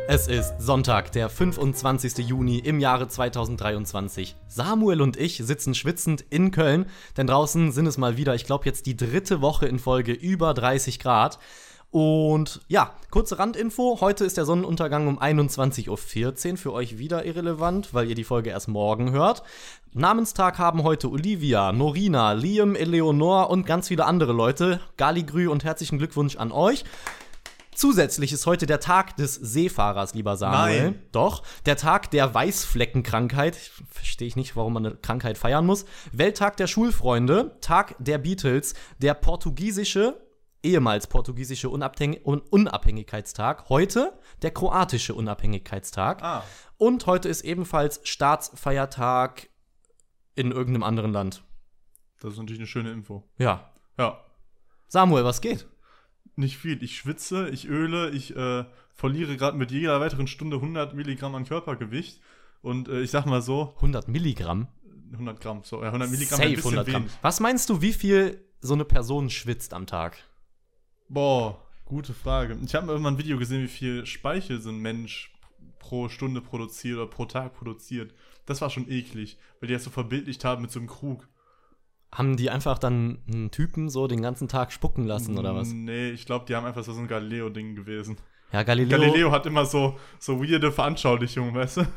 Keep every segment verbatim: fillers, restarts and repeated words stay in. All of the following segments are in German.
Es ist Sonntag, der fünfundzwanzigsten Juni im Jahre zweitausenddreiundzwanzig. Samuel und ich sitzen schwitzend in Köln, denn draußen sind es mal wieder, ich glaube jetzt die dritte Woche in Folge, über dreißig Grad. Und ja, kurze Randinfo, heute ist der Sonnenuntergang um einundzwanzig Uhr vierzehn, für euch wieder irrelevant, weil ihr die Folge erst morgen hört. Namenstag haben heute Olivia, Norina, Liam, Eleonor und ganz viele andere Leute. Galigrü und herzlichen Glückwunsch an euch. Zusätzlich ist heute der Tag des Seefahrers, lieber Samuel. Nein. Doch, der Tag der Weißfleckenkrankheit. Verstehe ich nicht, warum man eine Krankheit feiern muss. Welttag der Schulfreunde, Tag der Beatles, der portugiesische, ehemals portugiesische Unabhängig- Un- Unabhängigkeitstag. Heute der kroatische Unabhängigkeitstag. Ah. Und heute ist ebenfalls Staatsfeiertag in irgendeinem anderen Land. Das ist natürlich eine schöne Info. Ja. Ja. Samuel, was geht? Nicht viel. Ich schwitze, ich öle, ich äh, verliere gerade mit jeder weiteren Stunde hundert Milligramm an Körpergewicht. Und äh, ich sag mal so, hundert Milligramm? hundert Gramm, so, ja, hundert Milligramm Safe ein bisschen hundert Gramm. wenig. Was meinst du, wie viel so eine Person schwitzt am Tag? Boah, gute Frage. Ich habe mal ein Video gesehen, wie viel Speichel so ein Mensch pro Stunde produziert oder pro Tag produziert. Das war schon eklig, weil die das so verbildlicht haben mit so einem Krug. Haben die einfach dann einen Typen so den ganzen Tag spucken lassen, oder was? Nee, ich glaube, die haben einfach so ein Galileo-Ding gewesen. Ja, Galileo. Galileo hat immer so, so weirde Veranschaulichungen, weißt du?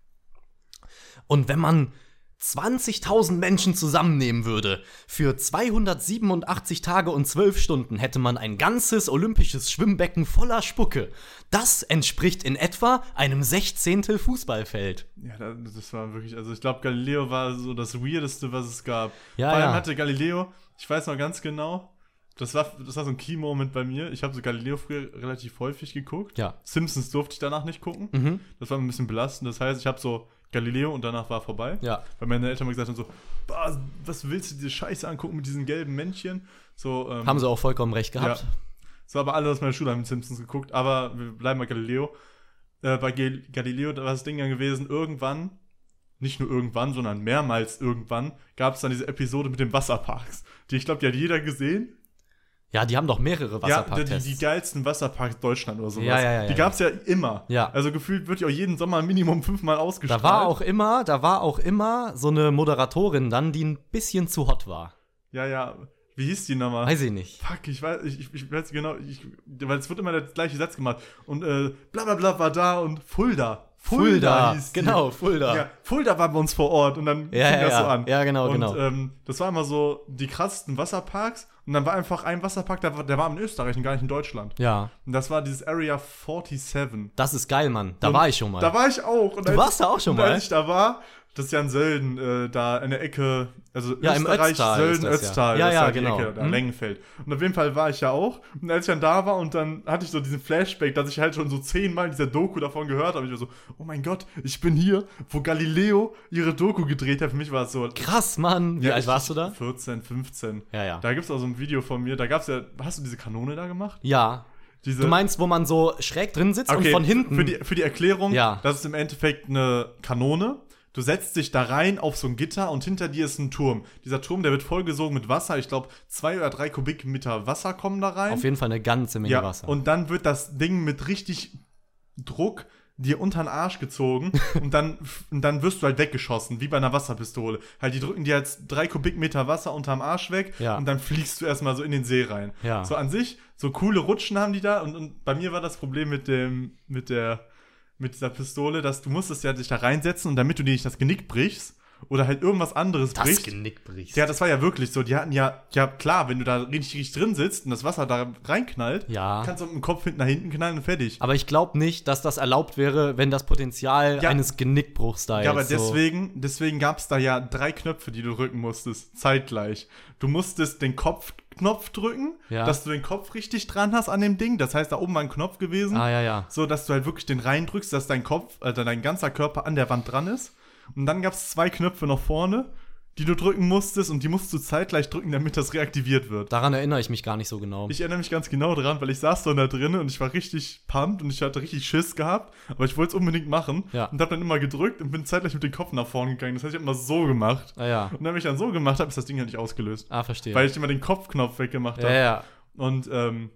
Und wenn man zwanzigtausend Menschen zusammennehmen würde, für zweihundertsiebenundachtzig Tage und zwölf Stunden hätte man ein ganzes olympisches Schwimmbecken voller Spucke. Das entspricht in etwa einem Sechzehntel Fußballfeld. Ja, das war wirklich, also ich glaube, Galileo war so das Weirdeste, was es gab. Ja, Vor allem ja. hatte Galileo, ich weiß noch ganz genau, das war, das war so ein Key-Moment bei mir. Ich habe so Galileo früher relativ häufig geguckt. Ja. Simpsons durfte ich danach nicht gucken. Mhm. Das war ein bisschen belastend. Das heißt, ich habe so Galileo und danach war vorbei. Ja. Weil meine Eltern mir gesagt haben so, bah, was willst du diese Scheiße angucken mit diesen gelben Männchen? So, ähm, Haben sie auch vollkommen recht gehabt. Ja. So, aber alle aus meiner Schule haben Simpsons geguckt. Aber wir bleiben bei Galileo. Äh, bei Gal- Galileo war das Ding dann gewesen, irgendwann, nicht nur irgendwann, sondern mehrmals irgendwann, gab es dann diese Episode mit den Wasserparks. Die, ich glaube, die hat jeder gesehen. Ja, die haben doch mehrere Ja, Wasserparktests. die, die geilsten Wasserparks Deutschland oder sowas. Ja, ja, ja, die ja. gab es ja immer. Ja. Also gefühlt wird ja auch jeden Sommer Minimum fünfmal ausgestrahlt. Da war auch immer, da war auch immer so eine Moderatorin dann, die ein bisschen zu hot war. Ja, ja. Wie hieß die nochmal? Weiß ich nicht. Fuck, ich weiß, ich, ich, ich weiß genau, ich, weil es wird immer der gleiche Satz gemacht. Und äh, bla bla bla war da und Fulda. Fulda, hieß die. genau, Fulda. Ja, Fulda war bei uns vor Ort und dann Ja, fing ja, das so ja. an. Ja, genau, und, genau. Ähm, das war immer so die krassesten Wasserparks und dann war einfach ein Wasserpark, der, war- der war in Österreich und gar nicht in Deutschland. Ja, Und das war dieses Area siebenundvierzig. das ist geil, Mann. Da Und war ich schon mal. Da war ich auch. Und Du als- warst da auch schon und mal? Als ich da war, das ist ja in Sölden, äh, da in der Ecke, also Ja, im Österreich, Ötztal Sölden, ist das ja. Ötztal. Ja, das ist ja, halt die genau. Ecke, da Mhm. Lengenfeld. Und auf jeden Fall war ich ja auch. Und als ich dann da war und dann hatte ich so diesen Flashback, dass ich halt schon so zehnmal in dieser Doku davon gehört habe. Ich war so, oh mein Gott, ich bin hier, wo Galileo ihre Doku gedreht hat. Für mich war es so. Krass, Mann. Wie Ja, alt ich- warst du da? vierzehn, fünfzehn. Ja, ja. Da gibt es auch so ein Video von mir, da gab es ja, hast du diese Kanone da gemacht? Ja. Diese, Du meinst, wo man so schräg drin sitzt und von hinten. Für die, für die Erklärung, Ja. das ist im Endeffekt eine Kanone. Du setzt dich da rein auf so ein Gitter und hinter dir ist ein Turm. Dieser Turm, der wird vollgesogen mit Wasser. Ich glaube, zwei oder drei Kubikmeter Wasser kommen da rein. Auf jeden Fall eine ganze Menge ja, Wasser. und dann wird das Ding mit richtig Druck dir unter den Arsch gezogen und dann, und dann wirst du halt weggeschossen, wie bei einer Wasserpistole. Halt, die drücken dir jetzt drei Kubikmeter Wasser unterm Arsch weg Ja. und dann fliegst du erstmal so in den See rein. Ja. So an sich, so coole Rutschen haben die da und, und bei mir war das Problem mit dem, mit der, mit dieser Pistole, dass du musstest ja dich da reinsetzen und damit du dir nicht das Genick brichst oder halt irgendwas anderes das brichst. Genick bricht. Ja, das war ja wirklich so. Die hatten ja, ja klar, wenn du da richtig, richtig drin sitzt und das Wasser da reinknallt, Ja. kannst du mit dem Kopf hinten nach hinten knallen und fertig. Aber ich glaube nicht, dass das erlaubt wäre, wenn das Potenzial Ja. eines Genickbruchs da ist. Ja, aber so. deswegen, deswegen gab es da ja drei Knöpfe, die du drücken musstest, zeitgleich. Du musstest den Kopfknopf drücken, Ja. dass du den Kopf richtig dran hast an dem Ding. Das heißt, da oben war ein Knopf gewesen, Ah, ja, ja. so dass du halt wirklich den reindrückst, dass dein Kopf, also dein ganzer Körper an der Wand dran ist. Und dann gab es zwei Knöpfe noch vorne, die du drücken musstest und die musst du zeitgleich drücken, damit das reaktiviert wird. Daran erinnere ich mich gar nicht so genau. Ich erinnere mich ganz genau dran, weil ich saß dann da drin und ich war richtig pumped und ich hatte richtig Schiss gehabt, aber ich wollte es unbedingt machen Ja. und habe dann immer gedrückt und bin zeitgleich mit dem Kopf nach vorne gegangen. Das heißt, ich habe immer so gemacht. ah, ja. Und dann, wenn ich dann so gemacht habe, ist das Ding halt nicht ausgelöst. Ah, verstehe. Weil ich immer den Kopfknopf weggemacht ja, habe. ja. Und ähm,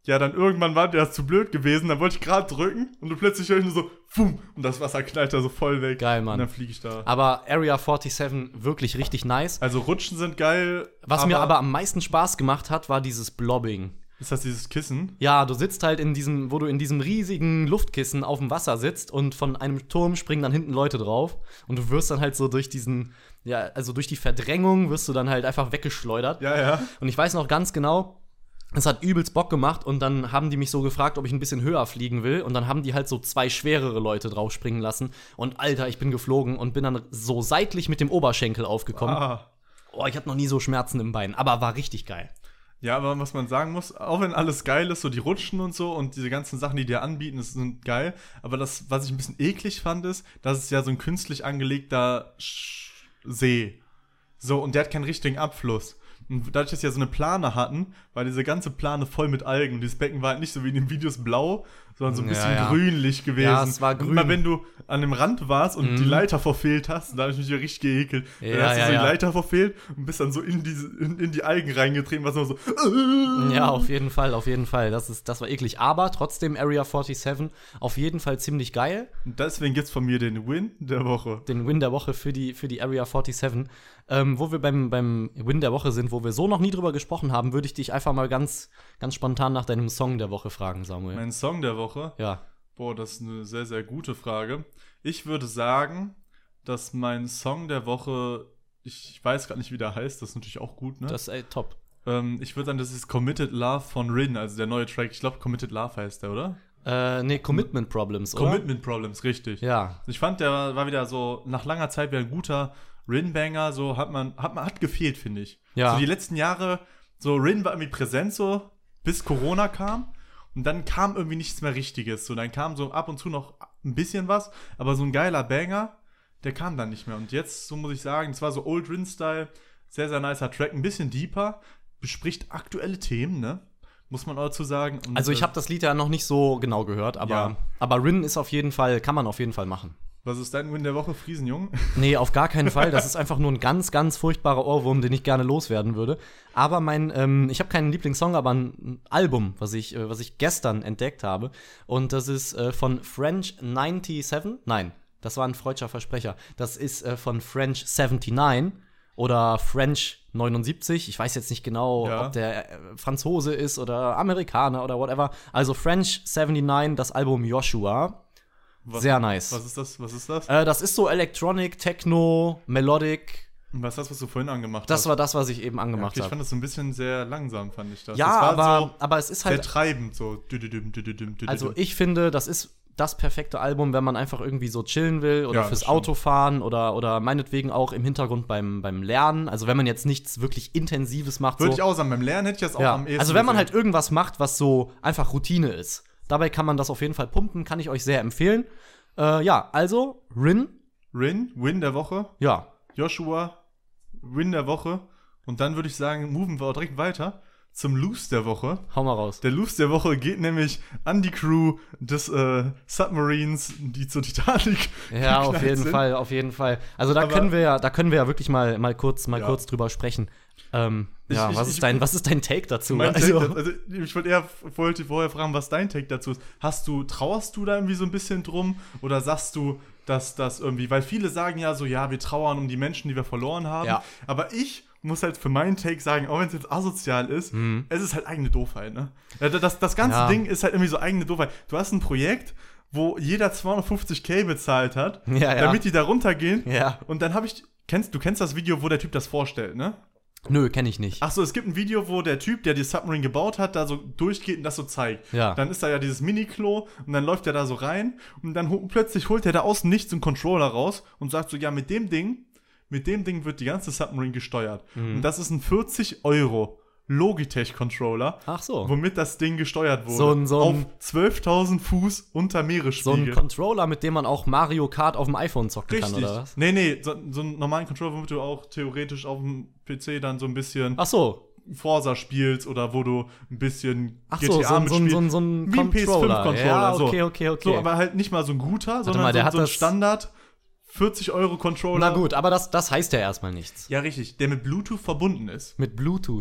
Ja, dann irgendwann war der zu blöd gewesen, dann wollte ich gerade drücken und du plötzlich höre ich nur so, fumm, und das Wasser knallt da so voll weg. Geil, Mann. Und dann fliege ich da. Aber Area siebenundvierzig wirklich richtig nice. Also Rutschen sind geil. Was aber mir aber am meisten Spaß gemacht hat, war dieses Blobbing. Ist das dieses Kissen? Ja, du sitzt halt in diesem, wo du in diesem riesigen Luftkissen auf dem Wasser sitzt und von einem Turm springen dann hinten Leute drauf und du wirst dann halt so durch diesen, ja, also durch die Verdrängung wirst du dann halt einfach weggeschleudert. Ja, ja. Und ich weiß noch ganz genau, es hat übelst Bock gemacht und dann haben die mich so gefragt, ob ich ein bisschen höher fliegen will und dann haben die halt so zwei schwerere Leute draufspringen lassen und Alter, ich bin geflogen und bin dann so seitlich mit dem Oberschenkel aufgekommen. Ah. Oh, ich hatte noch nie so Schmerzen im Bein, aber war richtig geil. Ja, aber was man sagen muss, auch wenn alles geil ist, so die Rutschen und so und diese ganzen Sachen, die dir anbieten, das sind geil, aber das, was ich ein bisschen eklig fand, ist, dass es ja so ein künstlich angelegter Sch- See. So, und der hat keinen richtigen Abfluss. Und dadurch, dass sie ja so eine Plane hatten, war diese ganze Plane voll mit Algen. Und dieses Becken war halt nicht so wie in den Videos blau, sondern so ein bisschen ja, ja. grünlich gewesen. Ja, es war grün. Und immer wenn du an dem Rand warst und Mhm. die Leiter verfehlt hast, da habe ich mich ja richtig geekelt. Ja, dann hast du ja, so die ja. Leiter verfehlt und bist dann so in, diese, in, in die Algen reingetreten, was immer so. Ja, auf jeden Fall, auf jeden Fall. Das, ist, das war eklig. Aber trotzdem Area siebenundvierzig auf jeden Fall ziemlich geil. Und deswegen gibt's von mir den Win der Woche. Den Win der Woche für die, für die Area siebenundvierzig. Ähm, wo wir beim, beim Win der Woche sind, wo wir so noch nie drüber gesprochen haben, würde ich dich einfach mal ganz, ganz spontan nach deinem Song der Woche fragen, Samuel. Mein Song der Woche? Ja. Boah, das ist eine sehr, sehr gute Frage. Ich würde sagen, dass mein Song der Woche, ich weiß gerade nicht, wie der heißt, das ist natürlich auch gut, ne? Das ist ey, top. Ähm, ich würde sagen, das ist Committed Love von Rin, also der neue Track. Ich glaube, Committed Love heißt der, oder? Äh, nee, Commitment Problems, oder? Commitment Problems, richtig. Ja. Ich fand, der war wieder so, nach langer Zeit wieder ein guter Rin-Banger, so hat man, hat man, hat gefehlt, finde ich. Ja. So die letzten Jahre, so Rin war irgendwie präsent, so, bis Corona kam. Und dann kam irgendwie nichts mehr Richtiges. So, dann kam so ab und zu noch ein bisschen was, aber so ein geiler Banger, der kam dann nicht mehr. Und jetzt, so muss ich sagen, es war so Old Rin-Style, sehr, sehr nicer Track, ein bisschen deeper, bespricht aktuelle Themen, ne? Muss man auch dazu sagen. Und, Also ich äh, habe das Lied ja noch nicht so genau gehört, aber, Ja. aber Rin ist auf jeden Fall, kann man auf jeden Fall machen. Was ist dein Win der Woche, Friesenjung? Nee, auf gar keinen Fall. Das ist einfach nur ein ganz, ganz furchtbarer Ohrwurm, den ich gerne loswerden würde. Aber mein, ähm, ich habe keinen Lieblingssong, aber ein Album, was ich, äh, was ich gestern entdeckt habe. Und das ist äh, von French siebenundneunzig. Nein, das war ein freudscher Versprecher. Das ist äh, von French neunundneunzig oder French neunundsiebzig. Ich weiß jetzt nicht genau, Ja. ob der äh, Franzose ist oder Amerikaner oder whatever. Also French neunundneunzig, das Album Joshua. Was, Sehr nice. Was ist das? Was ist das? Äh, das ist so Electronic, Techno, Melodic. Was ist das, was du vorhin angemacht Das hast? war das, was ich eben ja, angemacht okay, ich habe. fand das so ein bisschen sehr langsam, fand ich das. Ja, das war aber, so aber es ist sehr halt. treibend, so. Düdüdüm, düdüdüm, düdüdüm. Also ich finde, das ist das perfekte Album, wenn man einfach irgendwie so chillen will oder Ja, fürs das stimmt. Autofahren oder, oder meinetwegen auch im Hintergrund beim, beim Lernen. Also wenn man jetzt nichts wirklich Intensives macht. Würde so. ich auch sagen, beim Lernen hätte ich das auch Ja. am ehesten Also wenn man gesehen. halt irgendwas macht, was so einfach Routine ist. Dabei kann man das auf jeden Fall pumpen, kann ich euch sehr empfehlen. Äh, ja, also Rin, Rin, Win der Woche. ja. Joshua, Win der Woche. Und dann würde ich sagen, moven wir auch direkt weiter zum Lose der Woche. Hau mal raus. Der Lose der Woche geht nämlich an die Crew des äh, Submarines, die zur Titanic Ja, auf geknallt jeden sind. Fall, auf jeden Fall. Also da Aber- können wir ja, da können wir ja wirklich mal, mal kurz, mal Ja. kurz drüber sprechen. Ähm, Ich- ja, ich- was ich- ist dein, was ist dein Take dazu? Mein also, Take, also ich wollte eher wollte vorher fragen, was dein Take dazu ist. Hast du, trauerst du da irgendwie so ein bisschen drum? Oder sagst du, dass das irgendwie, weil viele sagen ja so, ja, wir trauern um die Menschen, die wir verloren haben. Ja. Aber ich muss halt für meinen Take sagen, auch wenn es jetzt asozial ist, Mhm. es ist halt eigene Doofheit, ne? Ja, Das, das ganze Ja. Ding ist halt irgendwie so eigene Doofheit. Du hast ein Projekt, wo jeder zweihundertfünfzig bezahlt hat, Ja, ja. damit die da runtergehen. ja. Und dann habe ich, kennst du kennst das Video, wo der Typ das vorstellt, ne? Nö, kenne ich nicht. Ach so, es gibt ein Video, wo der Typ, der die Submarine gebaut hat, da so durchgeht und das so zeigt. Ja. Dann ist da ja dieses Mini-Klo und dann läuft er da so rein und dann ho- plötzlich holt er da außen nichts einen Controller raus und sagt so, ja, mit dem Ding, mit dem Ding wird die ganze Submarine gesteuert. Mhm. Und das ist ein vierzig Euro Logitech-Controller, Ach so. womit das Ding gesteuert wurde. So ein- so ein- auf zwölftausend Fuß unter So Meeresspiegel. ein Controller, mit dem man auch Mario Kart auf dem iPhone zocken Richtig. kann, oder was? Nee, nee, so, so einen normalen Controller, womit du auch theoretisch auf dem P C dann so ein bisschen Ach so. Forza spielst oder wo du ein bisschen Ach G so, T A so, ein- so, ein- mitspielst. so, ein- so ein Wie ein P S fünf Controller. Controller, Ja, so. okay, okay, okay. So, aber halt nicht mal so ein guter, sondern mal, der so, hat so ein das- Standard vierzig Euro Controller. Na gut, aber das, das heißt ja erstmal nichts. Ja, richtig, der mit Bluetooth verbunden ist. Mit Bluetooth.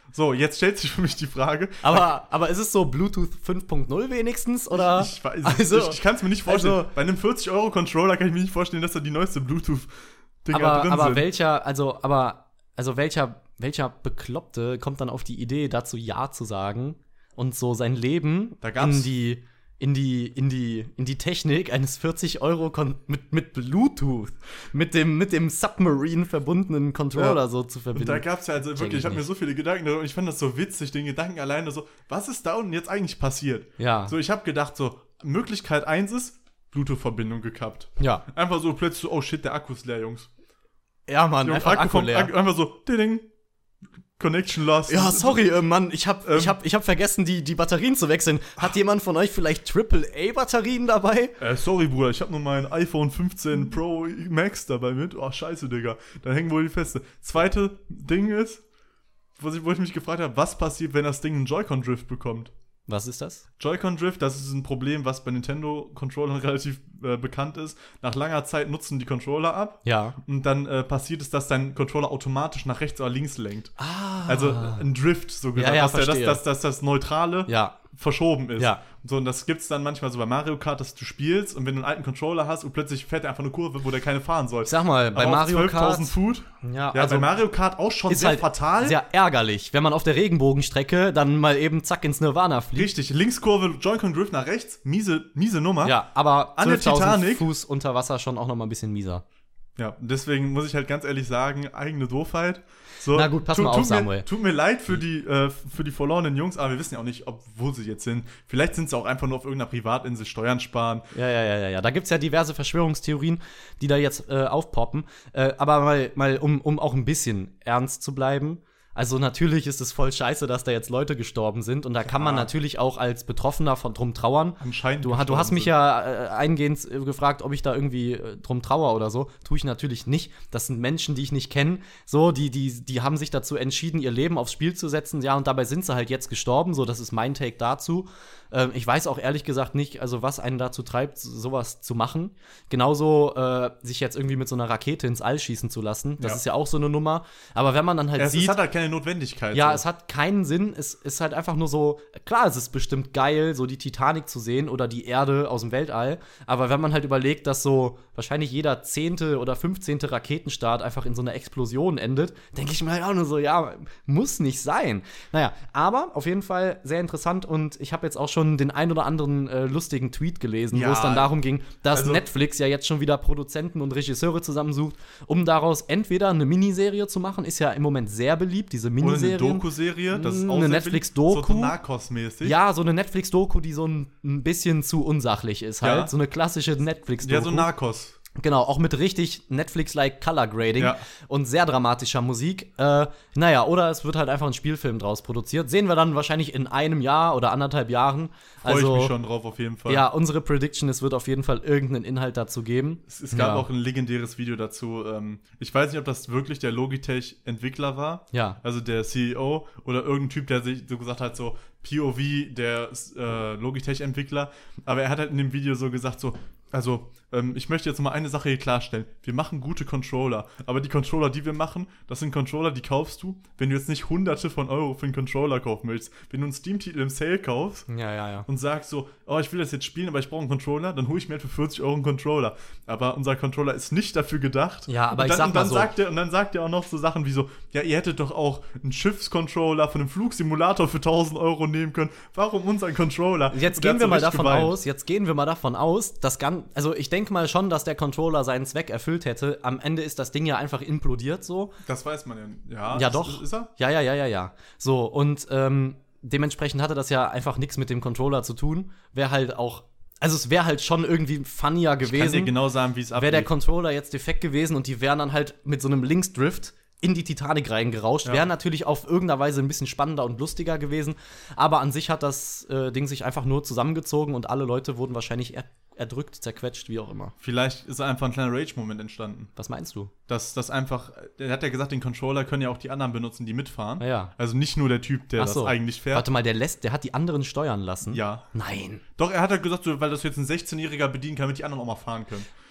So, jetzt stellt sich für mich die Frage. Aber, aber ist es so Bluetooth fünf Punkt null wenigstens? Oder? Ich, ich, weiß, also, ich, ich kann es mir nicht vorstellen. Also, Bei einem vierzig-Euro-Controller kann ich mir nicht vorstellen, dass da die neueste Bluetooth-Dinger aber, drin aber sind. welcher, also, aber, also welcher, welcher Bekloppte kommt dann auf die Idee, dazu Ja zu sagen und so sein Leben Da gab's- in die in die, in die, in die Technik eines vierzig Euro Kon- mit, mit Bluetooth, mit dem, mit dem Submarine verbundenen Controller Ja. so zu verbinden. Und da gab es ja also Check wirklich, ich ich habe mir nicht. so viele Gedanken darüber und ich fand das so witzig, den Gedanken alleine so, was ist da unten jetzt eigentlich passiert? Ja. So, ich habe gedacht so, Möglichkeit eins ist, Bluetooth-Verbindung gekappt. Ja. Einfach so plötzlich so, oh shit, der Akku ist leer, Jungs. Ja, Mann, Jungs, einfach Akku vom- leer. Akku- Einfach so, ding, Connection lost. Ja, sorry, äh, Mann, ich hab, Ähm. ich hab, ich hab vergessen, die, die Batterien zu wechseln. Hat jemand von euch vielleicht Triple A Batterien dabei? Äh, sorry, Bruder, ich habe nur mein iPhone fünfzehn Pro Max dabei mit. Oh, scheiße, Digga. Da hängen wohl die Feste. Zweite Ding ist, wo ich, wo ich mich gefragt habe, was passiert, wenn das Ding einen Joy-Con-Drift bekommt? Was ist das? Joy-Con-Drift, das ist ein Problem, was bei Nintendo-Controllern relativ äh, bekannt ist. Nach langer Zeit nutzen die Controller ab. Ja. Und dann äh, passiert es, dass dein Controller automatisch nach rechts oder links lenkt. Ah. Also äh, ein Drift, so gesagt, Ja, ja, dass, der, dass, verstehe. dass, dass das Neutrale Ja. verschoben ist. Ja. So, und das gibt's dann manchmal so bei Mario Kart, dass du spielst und wenn du einen alten Controller hast und plötzlich fährt er einfach eine Kurve, wo der keine fahren soll. Ich sag mal, bei Aber auf Mario Kart. zwölftausend Foot. Ja, Ja, also bei Mario Kart auch schon ist sehr halt fatal. sehr ärgerlich, wenn man auf der Regenbogenstrecke dann mal eben zack ins Nirvana fliegt. Richtig, Linkskurve, Joy-Con Drift nach rechts, miese, miese Nummer. Ja, aber An der zwölftausend Titanic. Fuß unter Wasser schon auch noch mal ein bisschen mieser. Ja, deswegen muss ich halt ganz ehrlich sagen, eigene Doofheit. So, Na gut, pass tu- mal auf, tut mir, Samuel. Tut mir leid für die, äh, für die verlorenen Jungs, aber wir wissen ja auch nicht, ob, wo sie jetzt sind. Vielleicht sind sie auch einfach nur auf irgendeiner Privatinsel Steuern sparen. Ja, ja, ja, ja, ja. Da gibt's ja diverse Verschwörungstheorien, die da jetzt äh, aufpoppen. Äh, aber mal, mal um, um auch ein bisschen ernst zu bleiben. Also natürlich ist es voll scheiße, dass da jetzt Leute gestorben sind. Und da kann man natürlich auch als Betroffener von drum trauern. Anscheinend Du, du gestorben hast mich sind. ja äh, eingehend äh, gefragt, ob ich da irgendwie äh, drum trauer oder so. Tue ich natürlich nicht. Das sind Menschen, die ich nicht kenne. So, die, die, die haben sich dazu entschieden, ihr Leben aufs Spiel zu setzen. Ja, und dabei sind sie halt jetzt gestorben. So, das ist mein Take dazu. Ähm, ich weiß auch ehrlich gesagt nicht, also was einen dazu treibt, sowas zu machen. Genauso äh, sich jetzt irgendwie mit so einer Rakete ins All schießen zu lassen. Das Ja. ist ja auch so eine Nummer. Aber wenn man dann halt Es, sieht. es hat halt keine Notwendigkeit. Ja, so. es hat keinen Sinn. Es ist halt einfach nur so, klar, es ist bestimmt geil, so die Titanic zu sehen oder die Erde aus dem Weltall. Aber wenn man halt überlegt, dass so wahrscheinlich jeder zehnte oder fünfzehnte Raketenstart einfach in so einer Explosion endet, denke ich mir halt auch nur so, ja, muss nicht sein. Naja, aber auf jeden Fall sehr interessant und ich habe jetzt auch schon den ein oder anderen äh, lustigen Tweet gelesen, Ja. wo es dann darum ging, dass Also- Netflix ja jetzt schon wieder Produzenten und Regisseure zusammensucht, um daraus entweder eine Miniserie zu machen, ist ja im Moment sehr beliebt, diese Oder eine Miniserien. Doku-Serie, das ist Mm, auch eine sehr Netflix-Doku. beliebt, So Narcos-mäßig. Ja, so eine Netflix-Doku, die so ein, ein bisschen zu unsachlich ist halt. Ja. So eine klassische Netflix-Doku. Ja, so Narcos. Genau, auch mit richtig Netflix-like Color Grading Ja. und sehr dramatischer Musik. Äh, naja, oder es wird halt einfach ein Spielfilm draus produziert. Sehen wir dann wahrscheinlich in einem Jahr oder anderthalb Jahren. Freue Also, ich mich schon drauf, auf jeden Fall. ja, unsere Prediction, es wird auf jeden Fall irgendeinen Inhalt dazu geben. Es, es gab ja. auch ein legendäres Video dazu. Ähm, ich weiß nicht, ob das wirklich der Logitech-Entwickler war. Ja. Also der C E O oder irgendein Typ, der sich so gesagt hat, so P O V, der äh, Logitech-Entwickler. Aber er hat halt in dem Video so gesagt, so, also, ähm, ich möchte jetzt mal eine Sache hier klarstellen. Wir machen gute Controller, aber die Controller, die wir machen, das sind Controller, die kaufst du, wenn du jetzt nicht hunderte von Euro für einen Controller kaufen möchtest. Wenn du einen Steam-Titel im Sale kaufst Ja, ja, ja. und sagst so, oh, ich will das jetzt spielen, aber ich brauche einen Controller, dann hole ich mir halt für vierzig Euro einen Controller. Aber unser Controller ist nicht dafür gedacht. Ja, aber und ich dann, sag und dann mal so. sagt er, und dann sagt er auch noch so Sachen wie so, ja, ihr hättet doch auch einen Schiffscontroller von einem Flugsimulator für tausend Euro nehmen können. Warum unser Controller? Jetzt Und der gehen hat wir so mal richtig davon geweint. aus, jetzt gehen wir mal davon aus, dass ganz, also ich denke mal schon, dass der Controller seinen Zweck erfüllt hätte. Am Ende ist das Ding ja einfach implodiert so. Das weiß man ja. Ja, Ja, ist, doch. Ist er? Ja, ja, ja, ja, ja. So, und ähm, dementsprechend hatte das ja einfach nichts mit dem Controller zu tun. Wäre halt auch, also es wäre halt schon irgendwie funnier Ich kann dir gewesen. genau sagen, wie es Wäre der abgeht. Controller jetzt defekt gewesen und die wären dann halt mit so einem Linksdrift in die Titanic reingerauscht. Ja. Wäre natürlich auf irgendeiner Weise ein bisschen spannender und lustiger gewesen. Aber an sich hat das äh, Ding sich einfach nur zusammengezogen und alle Leute wurden wahrscheinlich er erdrückt, zerquetscht, wie auch immer. Vielleicht ist einfach ein kleiner Rage-Moment entstanden. Was meinst du? Dass das einfach, der hat ja gesagt, den Controller können ja auch die anderen benutzen, die mitfahren. Ja, ja. Also nicht nur der Typ, der Ach so. das eigentlich fährt. Warte mal, der lässt, der hat die anderen steuern lassen? Ja. Nein. Doch, er hat halt gesagt, so, weil das jetzt ein sechzehnjähriger bedienen kann, damit die anderen auch mal fahren können.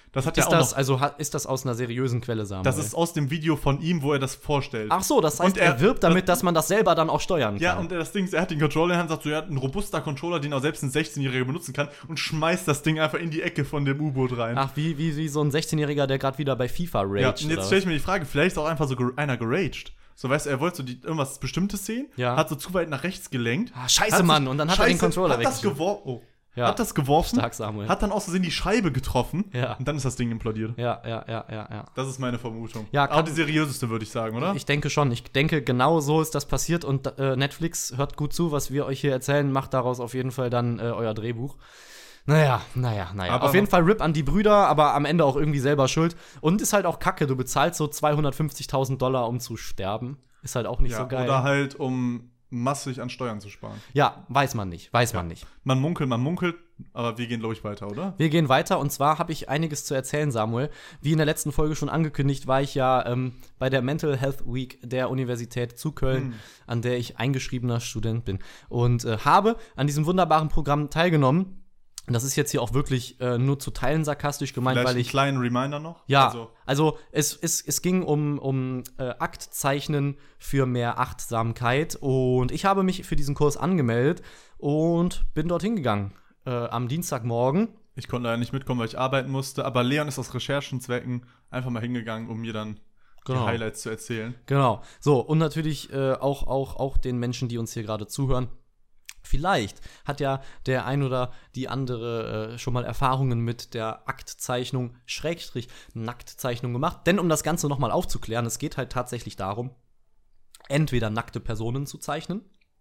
Das hat ist ja auch das, noch, also hat, ist das aus einer seriösen Quelle, Samuel? das ist aus dem Video von ihm, wo er das vorstellt. Ach so, das heißt, Und er- er wirbt damit, dass man das selber dann auch steuern kann. Ja, und das Ding ist, er hat den Controller in der Hand, sagt so, er hat einen robuster Controller, den auch selbst ein sechzehnjähriger benutzen kann und schmeißt das Ding einfach in die Ecke von dem U-Boot rein. Ach, wie, wie, wie so ein sechzehnjähriger, der gerade wieder bei FIFA raged. ja, und oder jetzt stelle ich mir die Frage, vielleicht ist auch einfach so ger- einer geraged. So, weißt du, er wollte so die, irgendwas Bestimmtes sehen, Ja. hat so zu weit nach rechts gelenkt. Ah, scheiße, hat Mann, sich- und dann hat er den Controller hat das, weg. gewor oh. Ja. hat das geworfen, Stark, Samuel. hat dann aus Versehen die Scheibe getroffen Ja. und dann ist das Ding implodiert. Ja, ja, ja, ja, ja. Das ist meine Vermutung. Ja, auch kann- die seriöseste, würde ich sagen, oder? Ich denke schon. Ich denke, genau so ist das passiert. Und äh, Netflix, hört gut zu, was wir euch hier erzählen, macht daraus auf jeden Fall dann äh, euer Drehbuch. Naja, naja, naja. Aber auf jeden Fall RIP an die Brüder, aber am Ende auch irgendwie selber schuld. Und ist halt auch kacke. Du bezahlst so zweihundertfünfzigtausend Dollar, um zu sterben. Ist halt auch nicht ja, so geil. oder halt, um massig an Steuern zu sparen. Ja, weiß man nicht. Weiß man nicht. Man munkelt, man munkelt, aber wir gehen, glaube ich, weiter, oder? Wir gehen weiter und zwar habe ich einiges zu erzählen, Samuel. Wie in der letzten Folge schon angekündigt, war ich ja ähm, bei der Mental Health Week der Universität zu Köln, Hm. an der ich eingeschriebener Student bin. Und äh, habe an diesem wunderbaren Programm teilgenommen. Und das ist jetzt hier auch wirklich äh, nur zu Teilen sarkastisch gemeint, Vielleicht weil einen ich. kleinen Reminder noch. Ja, Also, also es, es, es ging um, um äh, Aktzeichnen für mehr Achtsamkeit und ich habe mich für diesen Kurs angemeldet und bin dorthin gegangen äh, am Dienstagmorgen. ich konnte leider nicht mitkommen, weil ich arbeiten musste, aber Leon ist aus Recherchenzwecken einfach mal hingegangen, um mir dann Genau. die Highlights zu erzählen. Genau. So, und natürlich äh, auch, auch, auch den Menschen, die uns hier gerade zuhören. Vielleicht hat ja der ein oder die andere äh, schon mal Erfahrungen mit der Aktzeichnung, Schrägstrich, Nacktzeichnung gemacht. Denn um das Ganze nochmal aufzuklären, es geht halt tatsächlich darum, entweder nackte Personen zu zeichnen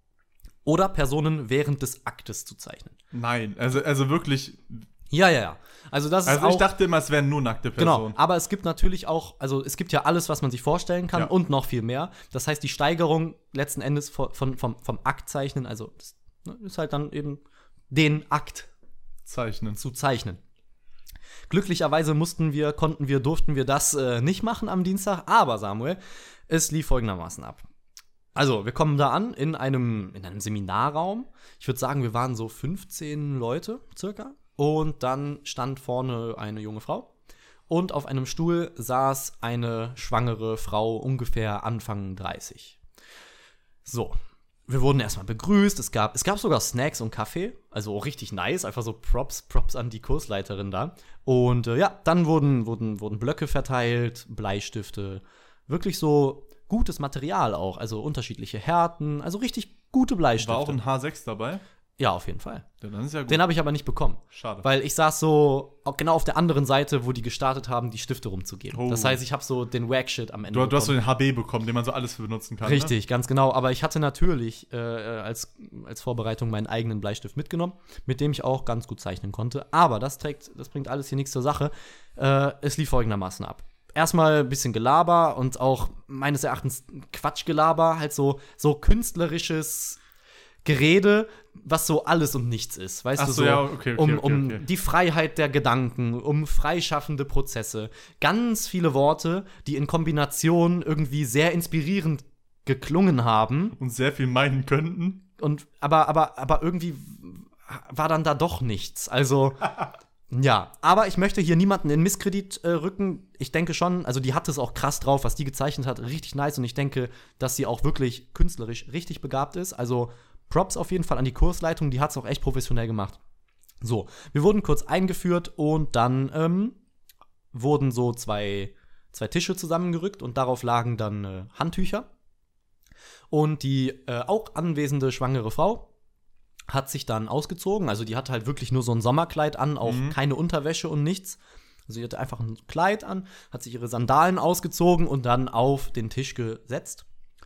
oder Personen während des Aktes zu zeichnen. Nein, also, also wirklich. Ja, ja, ja. Also das ist Also auch ich dachte immer, es wären nur nackte Genau, Personen. aber es gibt natürlich auch, also es gibt ja alles, was man sich vorstellen kann Ja. und noch viel mehr. Das heißt, die Steigerung letzten Endes von, von, vom, vom Aktzeichnen, also das ne, ist halt dann eben den Akt Zeichnen. zu zeichnen. Glücklicherweise mussten wir, konnten wir, durften wir das äh, nicht machen am Dienstag, aber Samuel, es lief folgendermaßen ab. Also, wir kommen da an in einem, in einem Seminarraum. Ich würde sagen, wir waren so fünfzehn Leute circa. Und dann stand vorne eine junge Frau. Und auf einem Stuhl saß eine schwangere Frau, ungefähr Anfang dreißig. So, wir wurden erstmal begrüßt. Es gab, es gab sogar Snacks und Kaffee. Also auch richtig nice. Einfach so Props, Props an die Kursleiterin da. Und äh, ja, dann wurden, wurden, wurden Blöcke verteilt, Bleistifte. Wirklich so gutes Material auch. Also unterschiedliche Härten. Also richtig gute Bleistifte. War auch ein H sechs dabei? Ja, auf jeden Fall. Ja, dann ist ja gut. Den habe ich aber nicht bekommen. Schade. Weil ich saß so auch genau auf der anderen Seite, wo die gestartet haben, die Stifte rumzugeben. Oh. Das heißt, ich habe so den Wack-Shit am Ende du, du hast so bekommen. den H B bekommen, den man so alles für benutzen kann. Richtig, ganz genau. Aber ich hatte natürlich äh, als, als Vorbereitung meinen eigenen Bleistift mitgenommen, mit dem ich auch ganz gut zeichnen konnte. Aber das trägt, das bringt alles hier nichts zur Sache. Äh, es lief folgendermaßen ab. Erstmal ein bisschen Gelaber und auch meines Erachtens Quatschgelaber, halt so, so künstlerisches Gerede, was so alles und nichts ist, weißt Ach du, so, so ja, okay, okay, um, okay, um okay. die Freiheit der Gedanken, um freischaffende Prozesse. Ganz viele Worte, die in Kombination irgendwie sehr inspirierend geklungen haben. Und sehr viel meinen könnten. Und aber, aber, aber irgendwie war dann da doch nichts. Also, ja. Aber ich möchte hier niemanden in Misskredit äh, rücken. Ich denke schon, also die hat es auch krass drauf, was die gezeichnet hat. Richtig nice. Und ich denke, dass sie auch wirklich künstlerisch richtig begabt ist. Also Props auf jeden Fall an die Kursleitung. Die hat es auch echt professionell gemacht. So, wir wurden kurz eingeführt und dann ähm, wurden so zwei, zwei Tische zusammengerückt und darauf lagen dann äh, Handtücher. Und die äh, auch anwesende schwangere Frau hat sich dann ausgezogen. Also die hatte halt wirklich nur so ein Sommerkleid an, auch Mhm. keine Unterwäsche und nichts. Also sie hatte einfach ein Kleid an, hat sich ihre Sandalen ausgezogen und dann auf den Tisch gesetzt.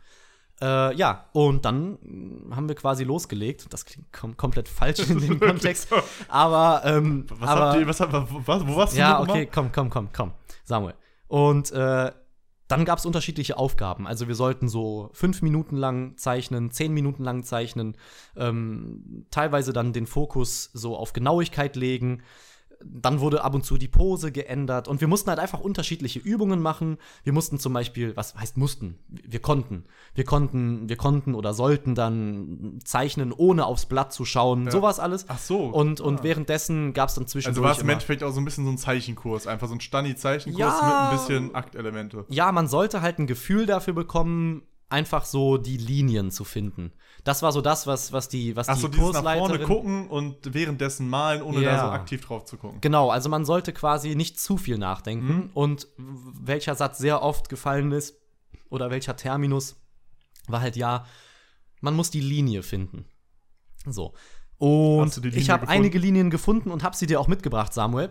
Äh, ja, und dann mh, haben wir quasi losgelegt. Das klingt kom komplett falsch in dem Kontext. Aber, ähm, Was aber habt ihr, was, habt- was, wo warst du ja, noch mal? okay, komm, komm, komm, komm, Samuel. Und äh, dann gab es unterschiedliche Aufgaben. Also wir sollten so fünf Minuten lang zeichnen, zehn Minuten lang zeichnen, ähm, teilweise dann den Fokus so auf Genauigkeit legen. dann wurde ab und zu die Pose geändert und wir mussten halt einfach unterschiedliche Übungen machen. Wir mussten zum Beispiel, was heißt mussten? Wir konnten. Wir konnten, wir konnten oder sollten dann zeichnen, ohne aufs Blatt zu schauen. Ja. Sowas alles. Ach so. Und, und ah. währenddessen gab es dann zwischendurch Also war es im immer- Endeffekt auch so ein bisschen so ein Zeichenkurs, einfach so ein Stani-Zeichenkurs Ja. mit ein bisschen Aktelemente. Ja, man sollte halt ein Gefühl dafür bekommen, einfach so die Linien zu finden. Das war so das, was, was die, was Ach die so, dieses nach vorne Kursleiterin gucken und währenddessen malen, ohne Ja. da so aktiv drauf zu gucken. Genau, also man sollte quasi nicht zu viel nachdenken. Mhm. Und w- welcher Satz sehr oft gefallen ist oder welcher Terminus war halt ja, man muss die Linie finden. So. Und Hast du die Linie ich habe gefunden? einige Linien gefunden und habe sie dir auch mitgebracht, Samuel.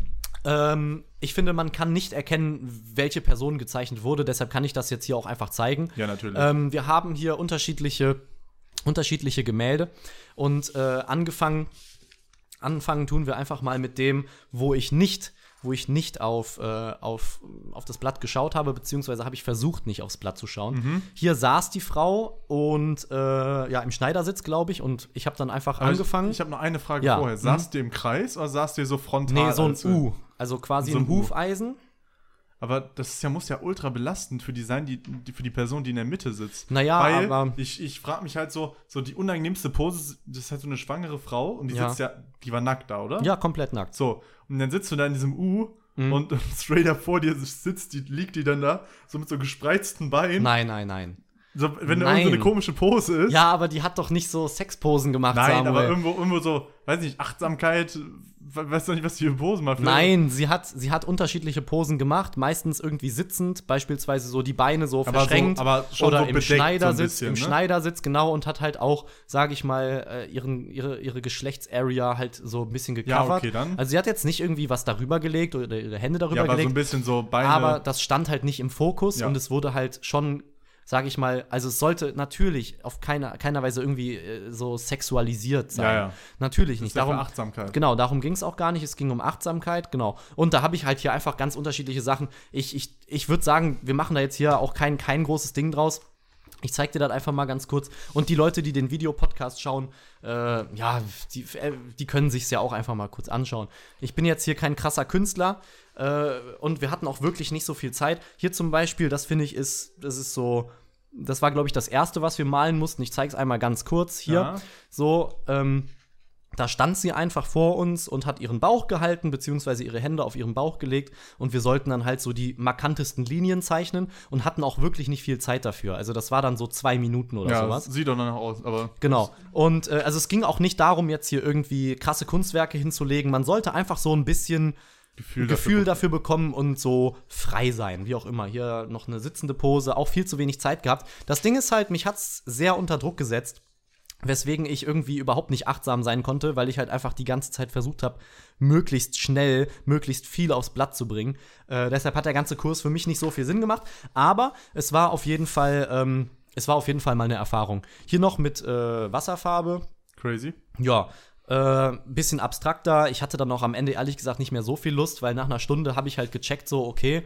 Ähm, ich finde, man kann nicht erkennen, welche Person gezeichnet wurde, deshalb kann ich das jetzt hier auch einfach zeigen. Ja, natürlich. Ähm, wir haben hier unterschiedliche, unterschiedliche Gemälde und äh, angefangen, anfangen tun wir einfach mal mit dem, wo ich nicht, wo ich nicht auf, äh, auf, auf das Blatt geschaut habe, beziehungsweise habe ich versucht, nicht aufs Blatt zu schauen. Mhm. Hier saß die Frau und äh, ja, im Schneidersitz, glaube ich, und ich habe dann einfach Aber angefangen. Ich, ich habe noch eine Frage Ja. vorher. Saßt ihr im Kreis oder saßt ihr so frontal? nee, so ein als- U, also quasi So ein ein U. Hufeisen. Aber das ist ja, muss ja ultra belastend für die sein, die, die, für die Person, die in der Mitte sitzt. Naja, Weil aber ich, ich frage mich halt so, so die unangenehmste Pose, das ist halt so eine schwangere Frau und die Ja. sitzt ja, die war nackt da, oder? ja, komplett nackt. So, und dann sitzt du da in diesem U Mhm. und straight up vor dir sitzt, die, liegt die dann da, so mit so gespreizten Beinen. Nein, nein, nein. So, wenn da Nein. irgend so eine komische Pose ist. Ja, aber die hat doch nicht so Sexposen gemacht, Nein, Samuel. aber irgendwo, irgendwo so, weiß nicht, Achtsamkeit, we- weiß doch nicht, was die für Posen macht. Nein, sie hat, sie hat unterschiedliche Posen gemacht, meistens irgendwie sitzend, beispielsweise so die Beine so Aber so- verschränkt aber schon oder so im bedeckt so ein Schneidersitz, bisschen, im ne? Schneidersitz, genau, und hat halt auch, sage ich mal, äh, ihren, ihre, ihre Geschlechtsarea halt so ein bisschen Ja, gecovert. okay, dann. Also sie hat jetzt nicht irgendwie was darüber gelegt oder ihre Hände darüber Ja, aber so gelegt, ein bisschen so Beine. aber das stand halt nicht im Fokus Ja. und es wurde halt schon, sage ich mal, also es sollte natürlich auf keiner, keiner Weise irgendwie äh, so sexualisiert sein. Ja, ja. Natürlich das nicht. ist ja für Darum, Achtsamkeit. Genau, darum ging es auch gar nicht. Es ging um Achtsamkeit, genau. Und da habe ich halt hier einfach ganz unterschiedliche Sachen. Ich, ich, ich würde sagen, wir machen da jetzt hier auch kein, kein großes Ding draus. Ich zeig dir das einfach mal ganz kurz. Und die Leute, die den Videopodcast schauen, äh, ja, die, äh, die können sich's ja auch einfach mal kurz anschauen. Ich bin jetzt hier kein krasser Künstler äh, und wir hatten auch wirklich nicht so viel Zeit. Hier zum Beispiel, das finde ich ist, das ist so, das war, glaube ich, das Erste, was wir malen mussten. Ich zeige es einmal ganz kurz hier. Ja. So, ähm, da stand sie einfach vor uns und hat ihren Bauch gehalten, beziehungsweise ihre Hände auf ihren Bauch gelegt. Und wir sollten dann halt so die markantesten Linien zeichnen und hatten auch wirklich nicht viel Zeit dafür. Also das war dann so zwei Minuten oder Ja, sowas. das sieht doch danach aus, aber. Genau. Und äh, also es ging auch nicht darum, jetzt hier irgendwie krasse Kunstwerke hinzulegen. Man sollte einfach so ein bisschen Gefühl, ein Gefühl dafür bekommen und so frei sein, wie auch immer. Hier noch eine sitzende Pose, auch viel zu wenig Zeit gehabt. Das Ding ist halt, mich hat's sehr unter Druck gesetzt, weswegen ich irgendwie überhaupt nicht achtsam sein konnte, weil ich halt einfach die ganze Zeit versucht habe, möglichst schnell, möglichst viel aufs Blatt zu bringen. Äh, deshalb hat der ganze Kurs für mich nicht so viel Sinn gemacht, aber es war auf jeden Fall, ähm, es war auf jeden Fall mal eine Erfahrung. Hier noch mit äh, Wasserfarbe. Crazy. Ja, äh, bisschen abstrakter. Ich hatte dann auch am Ende ehrlich gesagt nicht mehr so viel Lust, weil nach einer Stunde habe ich halt gecheckt, so, okay,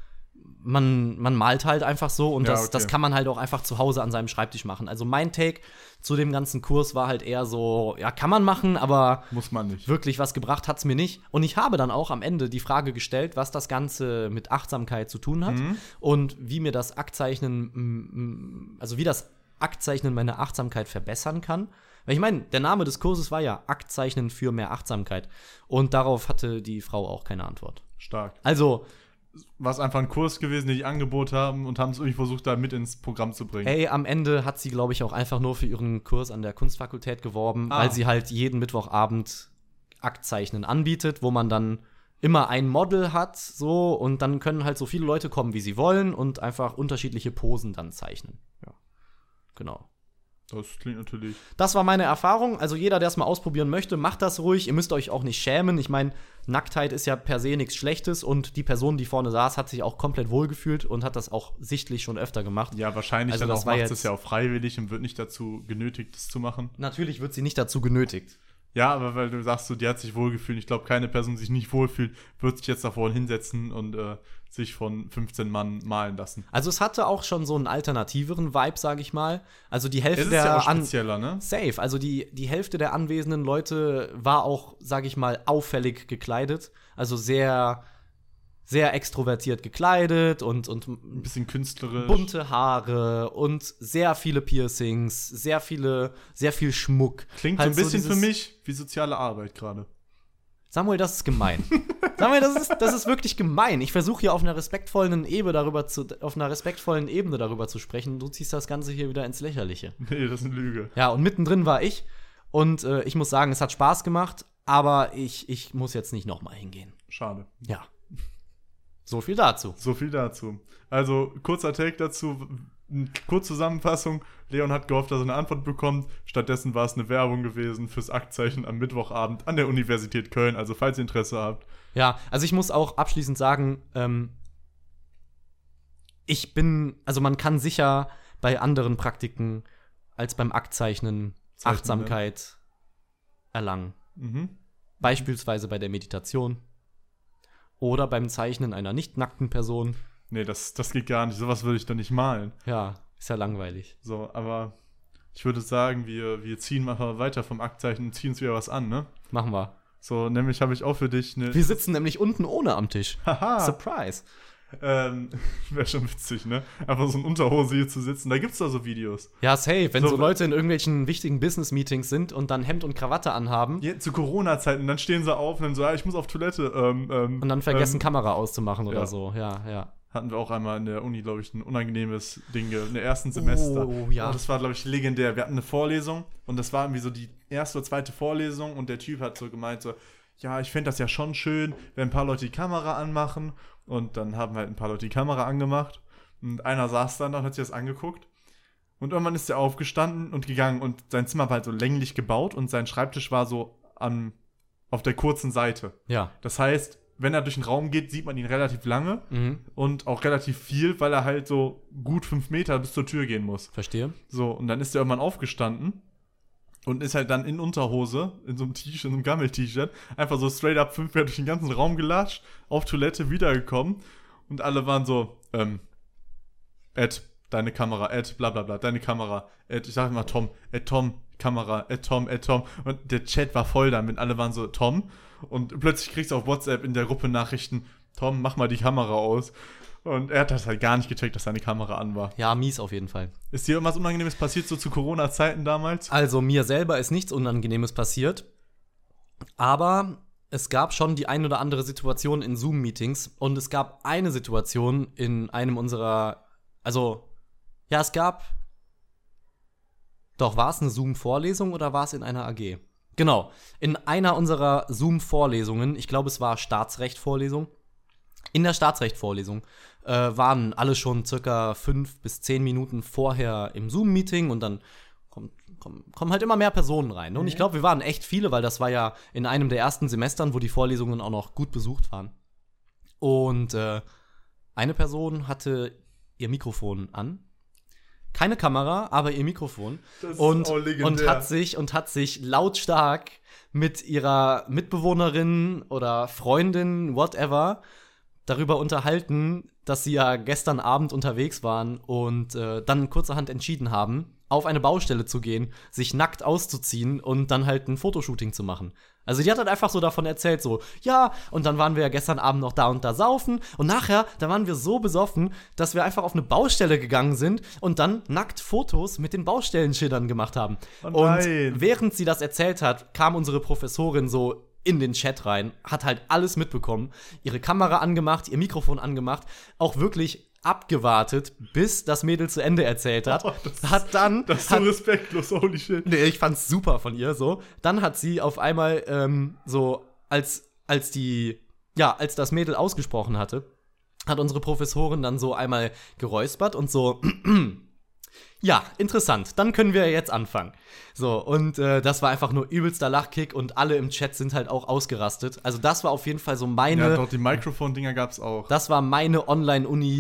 man, man malt halt einfach so und Ja, das, okay. das kann man halt auch einfach zu Hause an seinem Schreibtisch machen. Also mein Take zu dem ganzen Kurs war halt eher so, ja, kann man machen, aber Muss man nicht. wirklich was gebracht hat's mir nicht. Und ich habe dann auch am Ende die Frage gestellt, was das Ganze mit Achtsamkeit zu tun hat Mhm. und wie mir das Aktzeichnen, mm, mm, also wie das Aktzeichnen meine Achtsamkeit verbessern kann. Weil ich meine, der Name des Kurses war ja Aktzeichnen für mehr Achtsamkeit. Und darauf hatte die Frau auch keine Antwort. Stark. Also, War es einfach ein Kurs gewesen, den die Angebot haben und haben es irgendwie versucht, da mit ins Programm zu bringen. ey, am Ende hat sie, glaube ich, auch einfach nur für ihren Kurs an der Kunstfakultät geworben, Ah. weil sie halt jeden Mittwochabend Aktzeichnen anbietet, wo man dann immer ein Model hat, so, und dann können halt so viele Leute kommen, wie sie wollen und einfach unterschiedliche Posen dann zeichnen. Ja, genau. Das klingt natürlich. Das war meine Erfahrung. Also jeder, der es mal ausprobieren möchte, macht das ruhig. Ihr müsst euch auch nicht schämen. Ich meine, Nacktheit ist ja per se nichts Schlechtes und die Person, die vorne saß, hat sich auch komplett wohlgefühlt und hat das auch sichtlich schon öfter gemacht. Ja, wahrscheinlich Also dann das auch war macht jetzt- es ja auch freiwillig und wird nicht dazu genötigt, das zu machen. Natürlich wird sie nicht dazu genötigt. Ja, aber weil du sagst, so, die hat sich wohlgefühlt. Ich glaube, keine Person, die sich nicht wohlfühlt, wird sich jetzt davor hinsetzen und äh, sich von fünfzehn Mann malen lassen. Also es hatte auch schon so einen alternativeren Vibe, sage ich mal. Also die Hälfte Es ist der ja auch An- spezieller, ne? Safe. Also die, die Hälfte der anwesenden Leute war auch, sage ich mal, auffällig gekleidet. Also sehr, sehr extrovertiert gekleidet und, und Ein bisschen künstlerisch. bunte Haare und sehr viele Piercings, sehr viele, sehr viel Schmuck. Klingt Halt so ein bisschen dieses- für mich wie soziale Arbeit gerade. Samuel, das ist gemein. Samuel, das ist, das ist wirklich gemein. Ich versuche hier auf einer respektvollen Ebene darüber zu, auf einer respektvollen Ebene darüber zu sprechen. Du ziehst das Ganze hier wieder ins Lächerliche. Nee, das ist eine Lüge. Ja, und mittendrin war ich. Und äh, ich muss sagen, es hat Spaß gemacht, aber ich, ich muss jetzt nicht nochmal hingehen. Schade. Ja. So viel dazu. So viel dazu. Also, kurzer Take dazu. Kurze Zusammenfassung. Leon hat gehofft, dass er eine Antwort bekommt. Stattdessen war es eine Werbung gewesen fürs Aktzeichen am Mittwochabend an der Universität Köln. Also, falls ihr Interesse habt. Ja, also ich muss auch abschließend sagen, ähm, ich bin, also man kann sicher bei anderen Praktiken als beim Aktzeichnen Zeichnen, Achtsamkeit erlangen. Mhm. Beispielsweise bei der Meditation oder beim Zeichnen einer nicht nackten Person. Nee, das, das geht gar nicht. Sowas würde ich doch nicht malen. Ja, ist ja langweilig. So, aber ich würde sagen, wir, wir ziehen mal weiter vom Aktzeichen und ziehen uns wieder was an, ne? Machen wir. So, nämlich habe ich auch für dich eine. Wir sitzen nämlich unten ohne am Tisch. Haha. Surprise. Ähm, wäre schon witzig, ne? Einfach so in Unterhose hier zu sitzen. Da gibt's da so Videos. Ja, safe. Wenn So, so, Leute in irgendwelchen wichtigen Business-Meetings sind und dann Hemd und Krawatte anhaben Ja, zu Corona-Zeiten, dann stehen sie auf und dann so, ja, ich muss auf Toilette. Ähm, ähm, und dann vergessen, ähm, Kamera auszumachen oder ja. so. Ja, ja. hatten wir auch einmal in der Uni, glaube ich, ein unangenehmes Ding in der ersten Semester. Oh, ja. Und das war, glaube ich, legendär. Wir hatten eine Vorlesung und das war irgendwie so die erste oder zweite Vorlesung und der Typ hat so gemeint, so, ja, ich fände das ja schon schön, wenn ein paar Leute die Kamera anmachen. Und dann haben halt ein paar Leute die Kamera angemacht. Und einer saß dann da und hat sich das angeguckt. Und irgendwann ist er aufgestanden und gegangen. Und sein Zimmer war halt so länglich gebaut und sein Schreibtisch war so an, auf der kurzen Seite. Ja. Das heißt, wenn er durch den Raum geht, sieht man ihn relativ lange Mhm. und auch relativ viel, weil er halt so gut fünf Meter bis zur Tür gehen muss. Verstehe. So, und dann ist er irgendwann aufgestanden und ist halt dann in Unterhose, in so einem T-Shirt, in so einem Gammel-T-Shirt, einfach so straight up fünf Meter durch den ganzen Raum gelatscht, auf Toilette wiedergekommen und alle waren so, ähm, Ed, deine Kamera, Ed, bla bla bla, deine Kamera, Ed, ich sag immer Tom, Ed, Tom, Kamera, Ed, Tom, Ed, Tom und der Chat war voll damit, alle waren so, Tom und plötzlich kriegst du auf WhatsApp in der Gruppe Nachrichten, Tom, mach mal die Kamera aus. Und er hat das halt gar nicht gecheckt, dass seine Kamera an war. Ja, mies auf jeden Fall. Ist dir irgendwas Unangenehmes passiert, so zu Corona-Zeiten damals? Also mir selber ist nichts Unangenehmes passiert, aber es gab schon die ein oder andere Situation in Zoom-Meetings und es gab eine Situation in einem unserer, also ja, es gab, doch, war es eine Zoom-Vorlesung oder war es in einer A G? Genau, in einer unserer Zoom-Vorlesungen, ich glaube, es war Staatsrecht-Vorlesung, in der Staatsrecht-Vorlesung äh, waren alle schon circa fünf bis zehn Minuten vorher im Zoom-Meeting und dann kommt, kommen, kommen halt immer mehr Personen rein. Ne? Und ich glaube, wir waren echt viele, weil das war ja in einem der ersten Semestern, wo die Vorlesungen auch noch gut besucht waren. Und äh, eine Person hatte ihr Mikrofon an. Keine Kamera, aber ihr Mikrofon. Das ist und, auch legendär. und hat sich und hat sich lautstark mit ihrer Mitbewohnerin oder Freundin, whatever, darüber unterhalten, dass sie ja gestern Abend unterwegs waren und äh, dann kurzerhand entschieden haben, auf eine Baustelle zu gehen, sich nackt auszuziehen und dann halt ein Fotoshooting zu machen. Also die hat halt einfach so davon erzählt, so, ja, und dann waren wir ja gestern Abend noch da und da saufen und nachher, da waren wir so besoffen, dass wir einfach auf eine Baustelle gegangen sind und dann nackt Fotos mit den Baustellenschildern gemacht haben. Oh und nein. während sie das erzählt hat, kam unsere Professorin so in den Chat rein, hat halt alles mitbekommen, ihre Kamera angemacht, ihr Mikrofon angemacht, auch wirklich abgewartet, bis das Mädel zu Ende erzählt hat. Oh, das hat dann Das ist so hat, respektlos, holy shit. nee, ich fand's super von ihr so. Dann hat sie auf einmal ähm, so als als die ja, als das Mädel ausgesprochen hatte, hat unsere Professorin dann so einmal geräuspert und so ja, interessant. Dann können wir jetzt anfangen. So, und äh, das war einfach nur übelster Lachkick und alle im Chat sind halt auch ausgerastet. Also das war auf jeden Fall so meine Ja, doch, die Mikrofon-Dinger gab's auch. das war meine Online-Uni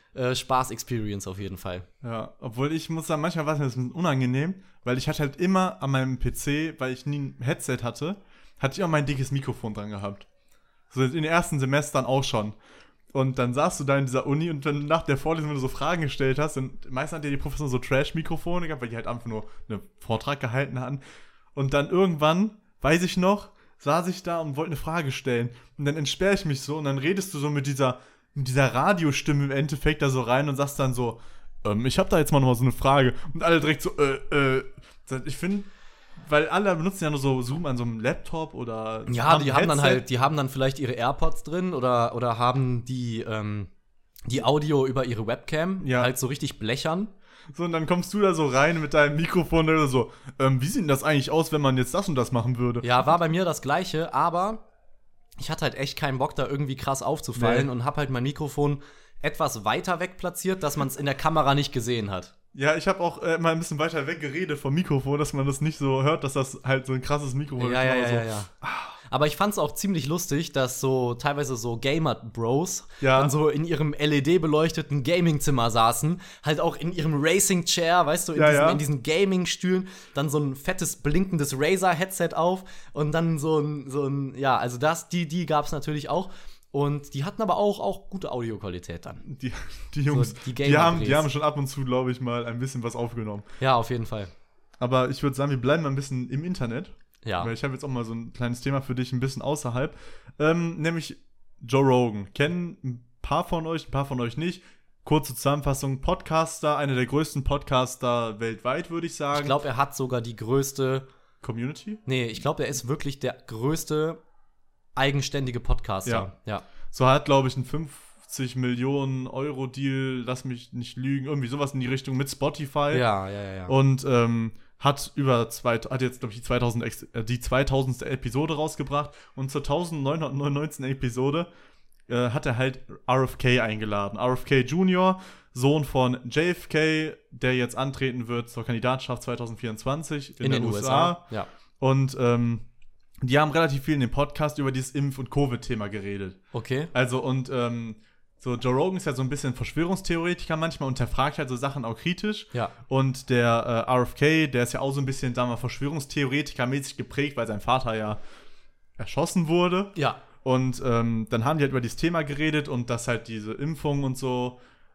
äh, Spaß-Experience auf jeden Fall. Ja, obwohl ich muss sagen, manchmal war es mir das ein bisschen unangenehm, weil ich hatte halt immer an meinem P C, weil ich nie ein Headset hatte, hatte ich immer mein dickes Mikrofon dran gehabt. So in den ersten Semestern auch schon. Und dann saßt du da in dieser Uni und dann nach der Vorlesung, wenn du so Fragen gestellt hast, und meistens hat ja die Professor so Trash-Mikrofone gehabt, weil die halt einfach nur einen Vortrag gehalten hatten. Und dann irgendwann, weiß ich noch, saß ich da und wollte eine Frage stellen. Und dann entsperre ich mich so und dann redest du so mit dieser, mit dieser Radiostimme im Endeffekt da so rein und sagst dann so, ähm, ich habe da jetzt mal noch mal so eine Frage. Und alle direkt so, äh, äh. Ich finde, weil alle benutzen ja nur so Zoom an so einem Laptop oder ja, die haben dann halt, die haben dann vielleicht ihre AirPods drin oder, oder haben die, ähm, die Audio über ihre Webcam ja. halt so richtig blechern. So, und dann kommst du da so rein mit deinem Mikrofon oder so, ähm, wie sieht denn das eigentlich aus, wenn man jetzt das und das machen würde? Ja, war bei mir das Gleiche, aber ich hatte halt echt keinen Bock, da irgendwie krass aufzufallen nee. und hab halt mein Mikrofon etwas weiter weg platziert, dass man es in der Kamera nicht gesehen hat. Ja, ich habe auch äh, mal ein bisschen weiter weg geredet vom Mikrofon, dass man das nicht so hört, dass das halt so ein krasses Mikrofon ja, ist. Ja, ja, so. ja, ja. Aber ich fand's auch ziemlich lustig, dass so teilweise so Gamer-Bros ja. dann so in ihrem L E D-beleuchteten Gaming-Zimmer saßen, halt auch in ihrem Racing-Chair, weißt du, in, ja, diesem, ja. in diesen Gaming-Stühlen, dann so ein fettes, blinkendes Razer-Headset auf und dann so ein, so ein, ja, also das, die, die gab's natürlich auch. Und die hatten aber auch, auch gute Audioqualität dann. Die, die Jungs, so, die, die, haben, die haben schon ab und zu, glaube ich, mal ein bisschen was aufgenommen. Ja, auf jeden Fall. Aber ich würde sagen, wir bleiben mal ein bisschen im Internet. Ja. Weil ich habe jetzt auch mal so ein kleines Thema für dich, ein bisschen außerhalb. Ähm, nämlich Joe Rogan. Kennen ein paar von euch, ein paar von euch nicht. Kurze Zusammenfassung, Podcaster, einer der größten Podcaster weltweit, würde ich sagen. Ich glaube, er hat sogar die größte Community? Nee, ich glaube, er ist wirklich der größte eigenständige Podcaster. Ja. ja. So hat, glaube ich, ein fünfzig Millionen Euro Deal, lass mich nicht lügen, irgendwie sowas in die Richtung mit Spotify. Ja, ja, ja. ja. Und ähm, hat über zwei, hat jetzt, glaube ich, die, zweitausend, äh, die zweitausendste Episode rausgebracht. Und zur neunzehnhundertneunundneunzig Episode äh, hat er halt R F K eingeladen. R F K Junior, Sohn von J F K, der jetzt antreten wird zur Kandidatschaft zwanzig vierundzwanzig in, in den, den U S A. U S A. Ja. Und ähm, die haben relativ viel in dem Podcast über dieses Impf- und Covid-Thema geredet. Okay. Also, und ähm, so Joe Rogan ist ja so ein bisschen Verschwörungstheoretiker manchmal und hinterfragt halt so Sachen auch kritisch. Ja. Und der äh, R F K, der ist ja auch so ein bisschen, sagen wir mal, Verschwörungstheoretiker-mäßig geprägt, weil sein Vater ja erschossen wurde. Ja. Und ähm, dann haben die halt über dieses Thema geredet und dass halt diese Impfung und so,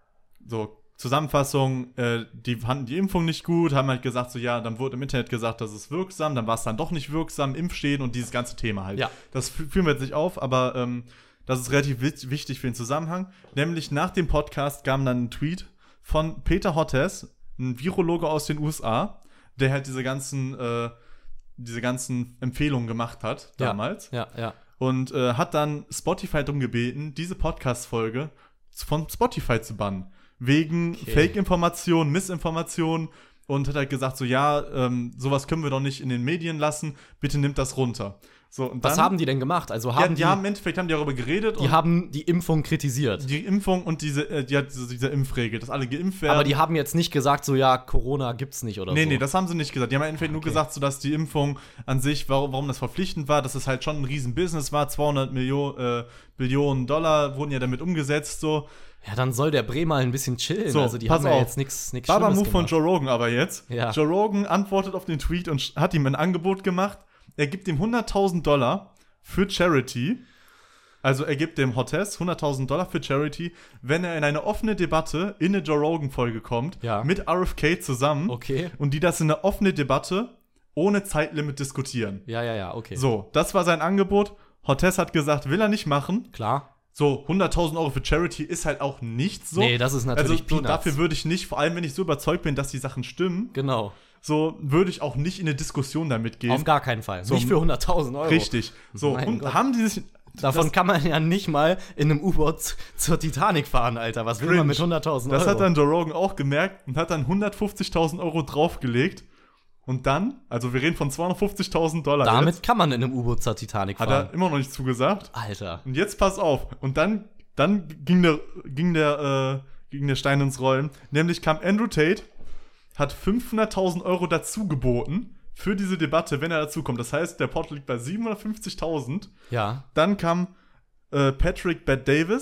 so Zusammenfassung, äh, die fanden die Impfung nicht gut, haben halt gesagt, so ja, dann wurde im Internet gesagt, das ist wirksam, dann war es dann doch nicht wirksam, Impfschäden und dieses ganze Thema halt. Ja. Das fü- führen wir jetzt nicht auf, aber ähm, das ist relativ wit- wichtig für den Zusammenhang. Nämlich nach dem Podcast kam dann ein Tweet von Peter Hotez, ein Virologe aus den U S A, der halt diese ganzen, äh, diese ganzen Empfehlungen gemacht hat damals. Ja, ja. ja. Und äh, hat dann Spotify darum gebeten, diese Podcast-Folge von Spotify zu bannen. Wegen okay. Fake-Informationen, Missinformationen und hat halt gesagt, so ja, ähm, sowas können wir doch nicht in den Medien lassen, bitte nimmt das runter. So, und Was dann, haben die denn gemacht? Also haben ja, die, die haben im Endeffekt haben die darüber geredet. Die und haben die Impfung kritisiert. Die Impfung und diese, äh, die hat diese, diese Impfregel, dass alle geimpft werden. Aber die haben jetzt nicht gesagt, so ja, Corona gibt's nicht oder nee, so. Nee, nee, das haben sie nicht gesagt. Die haben im Endeffekt okay. nur gesagt, so, dass die Impfung an sich, warum, warum das verpflichtend war, dass es halt schon ein Riesen-Business war. zweihundert Millionen, äh, Billionen Dollar wurden ja damit umgesetzt, so. Ja, dann soll der Bre mal ein bisschen chillen. So, also die pass haben auf. ja jetzt nichts nichts Baba Schlimmes Move von gemacht. Joe Rogan aber jetzt. Ja. Joe Rogan antwortet auf den Tweet und hat ihm ein Angebot gemacht. Er gibt ihm hunderttausend Dollar für Charity. Also er gibt dem Hotez hunderttausend Dollar für Charity, wenn er in eine offene Debatte in eine Joe Rogan-Folge kommt, Ja. mit R F K zusammen. Okay. Und die das in eine offene Debatte ohne Zeitlimit diskutieren. Ja, ja, ja, okay. So, das war sein Angebot. Hotez hat gesagt, will er nicht machen. Klar. So, hunderttausend Euro für Charity ist halt auch nicht so. Nee, das ist natürlich Also so, Peanuts. dafür würde ich nicht, vor allem wenn ich so überzeugt bin, dass die Sachen stimmen, Genau. so würde ich auch nicht in eine Diskussion damit gehen. Auf gar keinen Fall. So, nicht für hunderttausend Euro. Richtig. So, Mein und Gott. haben die sich. Davon das, kann man ja nicht mal in einem U-Boot zur Titanic fahren, Alter. Was will Cringe. man mit hunderttausend Euro? Das hat dann Joe Rogan auch gemerkt und hat dann hundertfünfzigtausend Euro draufgelegt. Und dann, also wir reden von zweihundertfünfzigtausend Dollar. Damit jetzt, kann man in einem U-Boot zur Titanic hat fahren. er immer noch nicht zugesagt. Alter. Und jetzt pass auf. Und dann, dann ging der, ging der, äh, ging der Stein ins Rollen. Nämlich kam Andrew Tate, hat fünfhunderttausend Euro dazu geboten für diese Debatte, wenn er dazu kommt. Das heißt, der Pot liegt bei siebenhundertfünfzigtausend. Ja. Dann kam äh, Patrick Bet Davis,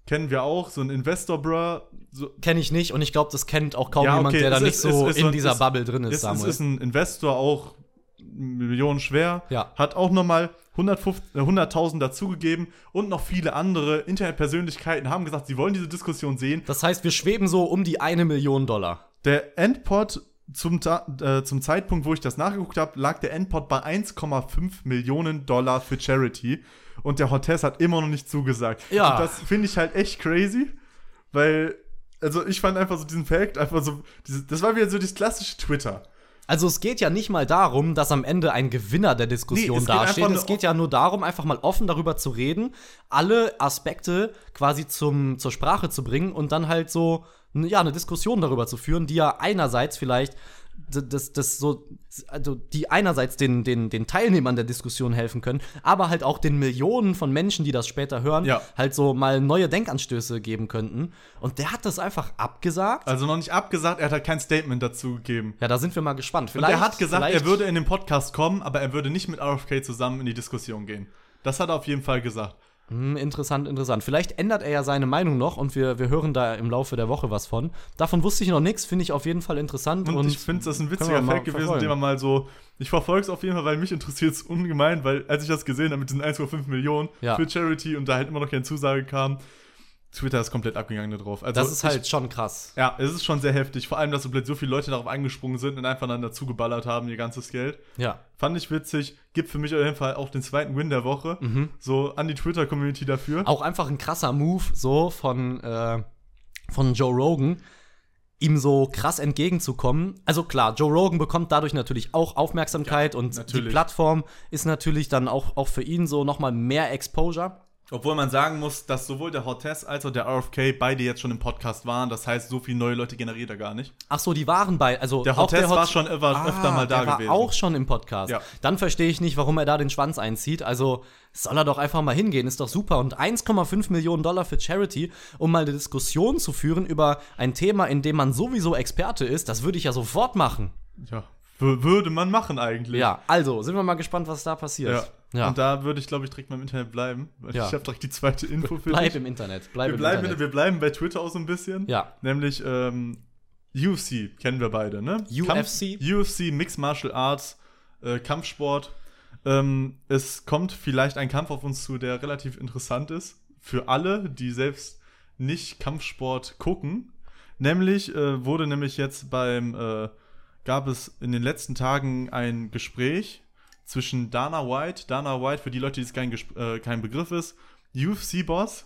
kennen wir auch, so ein Investor, bruh. So. Kenne ich nicht und ich glaube, das kennt auch kaum Ja, jemand, okay, der da es nicht ist- so es ist in so- dieser es- Bubble drin ist, Es, es Samuel. ist ein Investor, auch Millionen schwer. Ja. Hat auch nochmal hunderttausend dazugegeben und noch viele andere Internetpersönlichkeiten haben gesagt, sie wollen diese Diskussion sehen. Das heißt, wir schweben so um die eine Million Dollar. Der Endpot zum, Ta- äh, zum Zeitpunkt, wo ich das nachgeguckt habe, lag der Endpot bei eins Komma fünf Millionen Dollar für Charity. Und der Hortez hat immer noch nicht zugesagt. Ja. Und das finde ich halt echt crazy, weil, also ich fand einfach so diesen Fact, einfach so, diese, das war wieder so das klassische Twitter. Also es geht ja nicht mal darum, dass am Ende ein Gewinner der Diskussion Nee, es geht dasteht. einfach nur Es geht ja nur darum, einfach mal offen darüber zu reden, alle Aspekte quasi zum, zur Sprache zu bringen und dann halt so ja, eine Diskussion darüber zu führen, die ja einerseits vielleicht das, das so, also die einerseits den, den, den Teilnehmern der Diskussion helfen können, aber halt auch den Millionen von Menschen, die das später hören, Ja. halt so mal neue Denkanstöße geben könnten. Und der hat das einfach abgesagt. Also noch nicht abgesagt, er hat halt kein Statement dazu gegeben. Ja, da sind wir mal gespannt. Und er hat gesagt, vielleicht- er würde in den Podcast kommen, aber er würde nicht mit R F K zusammen in die Diskussion gehen. Das hat er auf jeden Fall gesagt. Hm, interessant, interessant. Vielleicht ändert er ja seine Meinung noch und wir, wir hören da im Laufe der Woche was von. Davon wusste ich noch nichts, finde ich auf jeden Fall interessant. Und, Und, ich finde, das ist ein können witziger wir mal Fact gewesen, verfolgen. den man mal so. Ich verfolge es auf jeden Fall, weil mich interessiert es ungemein, weil als ich das gesehen habe mit diesen eins Komma fünf Millionen Ja. für Charity und da halt immer noch keine Zusage kam, Twitter ist komplett abgegangen da drauf. Also das ist halt ich, schon krass. ja, es ist schon sehr heftig. Vor allem, dass so blöd so viele Leute darauf angesprungen sind und einfach dann dazu geballert haben, ihr ganzes Geld. Ja. Fand ich witzig. Gibt für mich auf jeden Fall auch den zweiten Win der Woche. Mhm. So an die Twitter-Community dafür. Auch einfach ein krasser Move so von, äh, von Joe Rogan, ihm so krass entgegenzukommen. Also klar, Joe Rogan bekommt dadurch natürlich auch Aufmerksamkeit und die natürlich. Plattform ist natürlich dann auch, auch für ihn so nochmal mehr Exposure. Obwohl man sagen muss, dass sowohl der Hortez als auch der R F K beide jetzt schon im Podcast waren. Das heißt, so viele neue Leute generiert er gar nicht. Ach so, die waren bei, also Der auch Hortez der Hot- war schon öfter, Ah, öfter mal da der war gewesen. auch schon im Podcast. Ja. Dann verstehe ich nicht, warum er da den Schwanz einzieht. Also soll er doch einfach mal hingehen, ist doch super. Und eins Komma fünf Millionen Dollar für Charity, um mal eine Diskussion zu führen über ein Thema, in dem man sowieso Experte ist, das würde ich ja sofort machen. Ja, w- würde man machen eigentlich. Ja, also sind wir mal gespannt, was da passiert. Ja. Ja. Und da würde ich, glaube ich, direkt mal im Internet bleiben. Weil Ja. Ich habe direkt die zweite Info für Bleib dich. im Internet. Bleib Wir im bleiben, Internet. wir bleiben bei Twitter auch so ein bisschen. Ja. Nämlich ähm, U F C, kennen wir beide, ne? U F C? Kampf, U F C, Mixed Martial Arts, äh, Kampfsport. Ähm, es kommt vielleicht ein Kampf auf uns zu, der relativ interessant ist. Für alle, die selbst nicht Kampfsport gucken. Nämlich äh, wurde nämlich jetzt beim, äh, gab es in den letzten Tagen ein Gespräch zwischen Dana White, Dana White, für die Leute, die es kein, Gesp- äh, kein Begriff ist, U F C-Boss.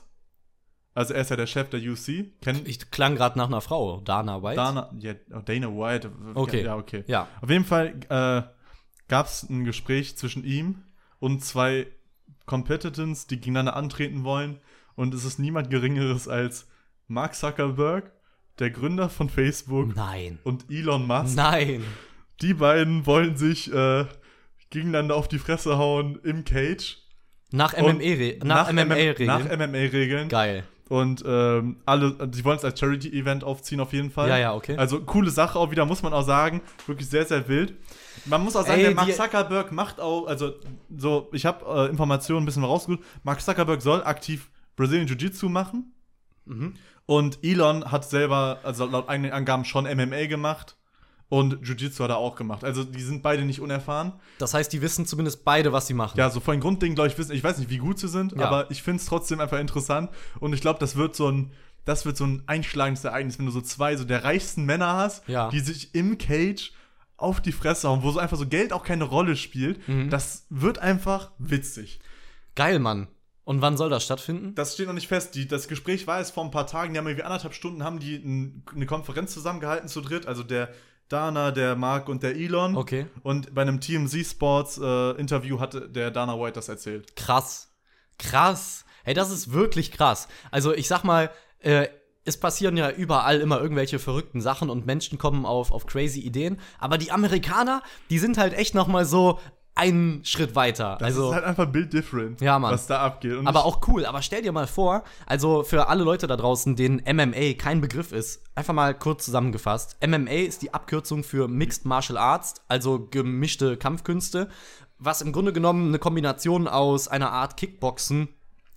Also er ist ja der Chef der U F C. Kennt Ich klang gerade nach einer Frau, Dana White. Dana, ja, oh, Dana White. Okay. Ja, okay. Ja. Auf jeden Fall äh, gab es ein Gespräch zwischen ihm und zwei Competitors, die gegeneinander antreten wollen. Und es ist niemand Geringeres als Mark Zuckerberg, der Gründer von Facebook, Nein. und Elon Musk. Nein. Die beiden wollen sich äh, gegeneinander auf die Fresse hauen im Cage. Nach Und M M A-Re- nach M M A-Regeln. Nach M M A-Regeln. Geil. Und ähm, alle, die wollen es als Charity-Event aufziehen auf jeden Fall. Ja, ja, okay. Also coole Sache auch wieder, muss man auch sagen. Wirklich sehr, sehr wild. Man muss auch sagen, Ey, der Mark die- Zuckerberg macht auch, also so, ich habe äh, Informationen ein bisschen rausgeholt. Mark Zuckerberg soll aktiv Brazilian Jiu-Jitsu machen. Mhm. Und Elon hat selber, also laut eigenen Angaben, schon M M A gemacht. Und Jiu-Jitsu hat er auch gemacht. Also die sind beide nicht unerfahren. Das heißt, die wissen zumindest beide, was sie machen. Ja, so von den Grunddingen, glaube ich, wissen, ich weiß nicht, wie gut sie sind, Ja. aber ich finde es trotzdem einfach interessant. Und ich glaube, das wird so ein, das wird so ein einschlagendes Ereignis, wenn du so zwei so der reichsten Männer hast, Ja. die sich im Cage auf die Fresse hauen, wo so einfach so Geld auch keine Rolle spielt. Mhm. Das wird einfach witzig. Geil, Mann. Und wann soll das stattfinden? Das steht noch nicht fest. Die, das Gespräch war jetzt vor ein paar Tagen, die haben irgendwie anderthalb Stunden, haben die ein, eine Konferenz zusammengehalten zu dritt, also der Dana, der Mark und der Elon. Okay. Und bei einem T M Z Sports äh, Interview hatte der Dana White das erzählt. Krass. Krass. Hey, das ist wirklich krass. Also, ich sag mal, äh, es passieren ja überall immer irgendwelche verrückten Sachen und Menschen kommen auf, auf crazy Ideen. Aber die Amerikaner, die sind halt echt noch mal so einen Schritt weiter. Das also, ist halt einfach Bild different, Ja, Mann. was da abgeht. Und aber ich, auch cool. Aber stell dir mal vor, also für alle Leute da draußen, denen M M A kein Begriff ist, einfach mal kurz zusammengefasst. M M A ist die Abkürzung für Mixed Martial Arts, also gemischte Kampfkünste, was im Grunde genommen eine Kombination aus einer Art Kickboxen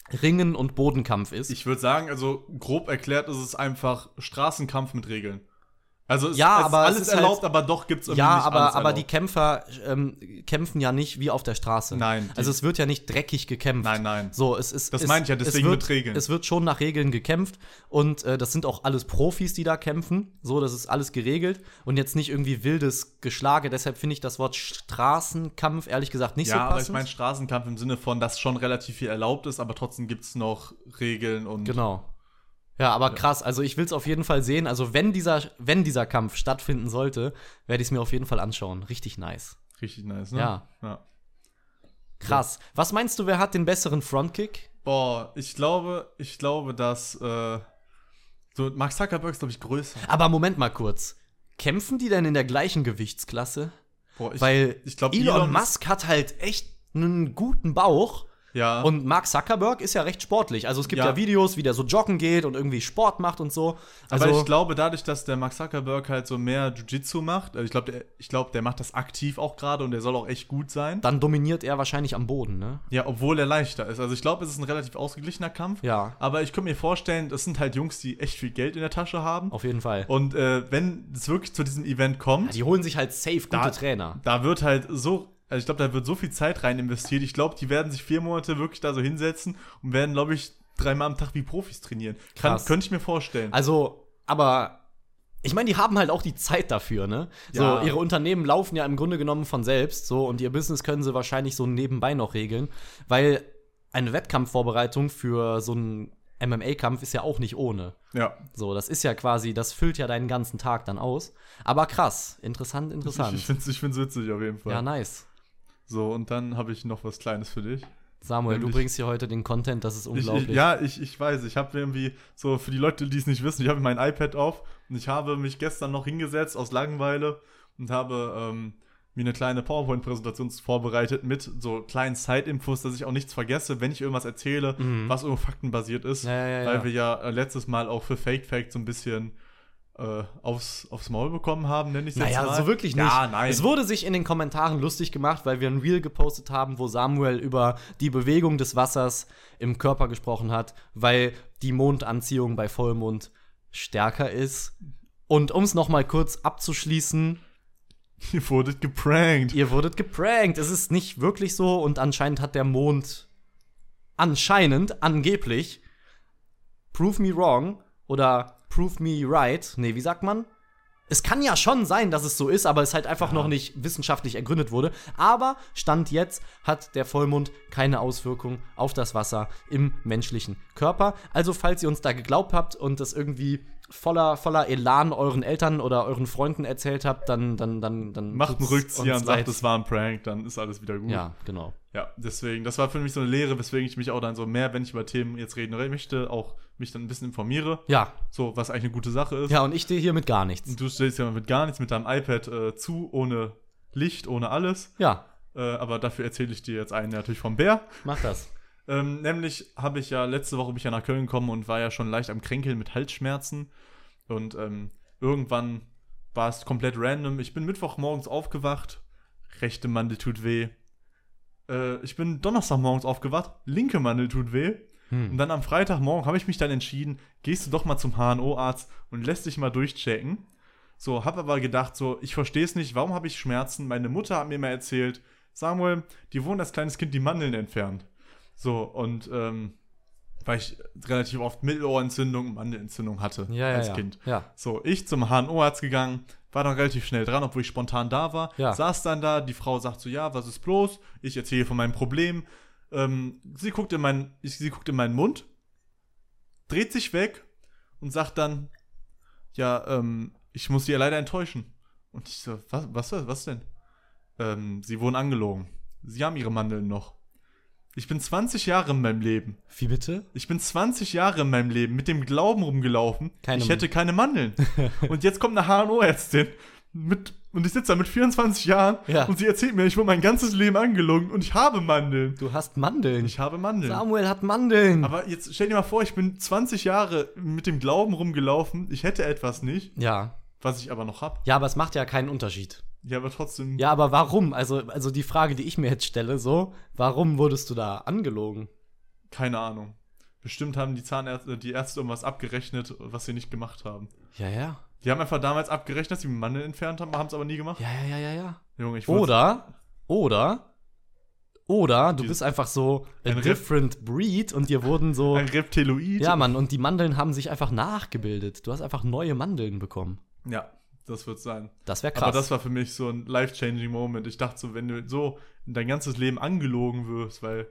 Ringen und Bodenkampf ist. Ich würde sagen, also grob erklärt ist es einfach Straßenkampf mit Regeln. Also es, ja, es aber ist alles es ist erlaubt, halt, aber doch gibt es irgendwie ja, nicht aber, alles aber die erlaubt. Kämpfer ähm, kämpfen ja nicht wie auf der Straße. Nein. Also es wird ja nicht dreckig gekämpft. Nein, nein. So, es ist, Das es, meine ich ja, deswegen es wird, mit Regeln. Es wird schon nach Regeln gekämpft und äh, das sind auch alles Profis, die da kämpfen. So, das ist alles geregelt und jetzt nicht irgendwie wildes Geschlage. Deshalb finde ich das Wort Straßenkampf ehrlich gesagt nicht ja, so passend. aber ich meine Straßenkampf im Sinne von, dass schon relativ viel erlaubt ist, aber trotzdem gibt es noch Regeln und Genau. Ja, aber ja. krass. Also ich will es auf jeden Fall sehen. Also wenn dieser, wenn dieser Kampf stattfinden sollte, werde ich es mir auf jeden Fall anschauen. Richtig nice. Richtig nice, ne? Ja. ja. Krass. Was meinst du, wer hat den besseren Frontkick? Boah, ich glaube, ich glaube, dass äh, so Mark Zuckerberg ist, glaube ich, größer. Aber Moment mal kurz. Kämpfen die denn in der gleichen Gewichtsklasse? Boah, ich, Weil ich glaub, Elon, Elon Musk hat halt echt einen guten Bauch. Ja. Und Mark Zuckerberg ist ja recht sportlich. Also es gibt ja, Ja. Videos, wie der so joggen geht und irgendwie Sport macht und so. Also aber ich glaube, dadurch, dass der Mark Zuckerberg halt so mehr Jiu-Jitsu macht, also ich glaube, der, ich glaub, der macht das aktiv auch gerade und der soll auch echt gut sein. dann dominiert er wahrscheinlich am Boden, ne? Ja, obwohl er leichter ist. Also ich glaube, es ist ein relativ ausgeglichener Kampf. Ja. Aber ich könnte mir vorstellen, das sind halt Jungs, die echt viel Geld in der Tasche haben. Auf jeden Fall. Und äh, wenn es wirklich zu diesem Event kommt, Ja, die holen sich halt safe gute Da- Trainer. da wird halt so, also ich glaube, da wird so viel Zeit rein investiert. Ich glaube, die werden sich vier Monate wirklich da so hinsetzen und werden, glaube ich, dreimal am Tag wie Profis trainieren. Kann, Krass. könnte ich mir vorstellen. Also, aber ich meine, die haben halt auch die Zeit dafür, ne? So, Ja. ihre Unternehmen laufen ja im Grunde genommen von selbst, so, und ihr Business können sie wahrscheinlich so nebenbei noch regeln, weil eine Wettkampfvorbereitung für so einen M M A-Kampf ist ja auch nicht ohne. Ja. So, das ist ja quasi, das füllt ja deinen ganzen Tag dann aus. Aber krass, interessant, interessant. Ich, ich finde es ich find's witzig auf jeden Fall. Ja, nice. So, und dann habe ich noch was Kleines für dich. Samuel, du Nämlich- bringst hier heute den Content, das ist Ich, unglaublich. ich, ja, ich, ich weiß, ich habe irgendwie, so für die Leute, die es nicht wissen, ich habe mein iPad auf und ich habe mich gestern noch hingesetzt aus Langeweile und habe ähm, mir eine kleine PowerPoint-Präsentation vorbereitet mit so kleinen Side-Infos, dass ich auch nichts vergesse, wenn ich irgendwas erzähle, Mhm. was irgendwo faktenbasiert ist. Ja, ja, ja, weil ja. wir ja äh, letztes Mal auch für Fake Fact so ein bisschen äh, aufs, aufs Maul bekommen haben, nenne ich es jetzt Naja, mal. so wirklich nicht. Ja, nein. Es wurde sich in den Kommentaren lustig gemacht, weil wir ein Reel gepostet haben, wo Samuel über die Bewegung des Wassers im Körper gesprochen hat, weil die Mondanziehung bei Vollmond stärker ist. Und um es noch mal kurz abzuschließen, Ihr wurdet geprankt. ihr wurdet geprankt. Es ist nicht wirklich so und anscheinend hat der Mond anscheinend, angeblich, prove me wrong oder prove me right. Nee, wie sagt man? Es kann ja schon sein, dass es so ist, aber es halt einfach Ja. noch nicht wissenschaftlich ergründet wurde. Aber Stand jetzt hat der Vollmond keine Auswirkung auf das Wasser im menschlichen Körper. Also falls ihr uns da geglaubt habt und das irgendwie voller, voller Elan euren Eltern oder euren Freunden erzählt habt, dann, dann, dann, dann Macht einen tut's Rückzieher uns und sagt, leid. es war ein Prank, dann ist alles wieder gut. Ja, genau. Ja, deswegen, das war für mich so eine Lehre, weswegen ich mich auch dann so mehr, wenn ich über Themen jetzt reden möchte, auch mich dann ein bisschen informiere. Ja, So, was eigentlich eine gute Sache ist. ja, und ich stehe hier mit gar nichts. Und du stehst ja mit gar nichts, mit deinem iPad äh, zu, ohne Licht, ohne alles. Ja, Äh, aber dafür erzähle ich dir jetzt einen natürlich vom Bär. mach das. Ähm, nämlich habe ich ja, letzte Woche bin ich ja nach Köln gekommen und war ja schon leicht am Kränkeln mit Halsschmerzen. Und ähm, irgendwann war es komplett random. Ich bin Mittwochmorgens aufgewacht, rechte Mandel tut weh. Äh, ich bin Donnerstagmorgens aufgewacht, linke Mandel tut weh. Und Hm. dann am Freitagmorgen habe ich mich dann entschieden, gehst du doch mal zum H N O-Arzt und lässt dich mal durchchecken. So, hab aber gedacht, so, ich verstehe es nicht, warum habe ich Schmerzen? Meine Mutter hat mir mal erzählt, Samuel, die wurden als kleines Kind die Mandeln entfernt. So, und ähm, weil ich relativ oft Mittelohrentzündung und Mandelentzündung hatte Ja, ja, als ja. Kind. Ja. So, ich zum H N O-Arzt gegangen, war dann relativ schnell dran, obwohl ich spontan da war. Ja. Saß dann da, die Frau sagt so, ja, was ist bloß? Ich erzähle von meinem Problem. Ähm, sie guckt in meinen, ich, sie guckt in meinen Mund, dreht sich weg und sagt dann, ja, ähm, ich muss sie ja leider enttäuschen. Und ich so, was, was, was denn? Ähm, sie wurden angelogen. Sie haben ihre Mandeln noch. Ich bin zwanzig Jahre in meinem Leben. Wie bitte? Ich bin zwanzig Jahre in meinem Leben mit dem Glauben rumgelaufen, Keine ich hätte keine Mandeln. Und jetzt kommt eine H N O-Ärztin mit, und ich sitze da mit vierundzwanzig Jahren Ja. und sie erzählt mir, ich wurde mein ganzes Leben angelogen und ich habe Mandeln. Du hast Mandeln. Ich habe Mandeln. Samuel hat Mandeln. Aber jetzt stell dir mal vor, ich bin zwanzig Jahre mit dem Glauben rumgelaufen, ich hätte etwas nicht, ja. was ich aber noch habe. Ja, aber es macht ja keinen Unterschied. Ja, aber trotzdem. Ja, aber warum? Also, also die Frage, die ich mir jetzt stelle, so, warum wurdest du da angelogen? keine Ahnung. Bestimmt haben die Zahnärzte, die Ärzte irgendwas abgerechnet, was sie nicht gemacht haben. Ja, ja. Die haben einfach damals abgerechnet, dass sie Mandeln entfernt haben, haben es aber nie gemacht. Ja, ja, ja, ja, ja. Junge, ich Oder, oder, oder du Dieses- bist einfach so a ein Rep- different breed und dir wurden so. ein Reptiloid. Ja, Mann, und die Mandeln haben sich einfach nachgebildet. Du hast einfach neue Mandeln bekommen. Ja, das wird sein. Das wäre krass. Aber das war für mich so ein life-changing Moment. Ich dachte so, wenn du so dein ganzes Leben angelogen wirst, weil.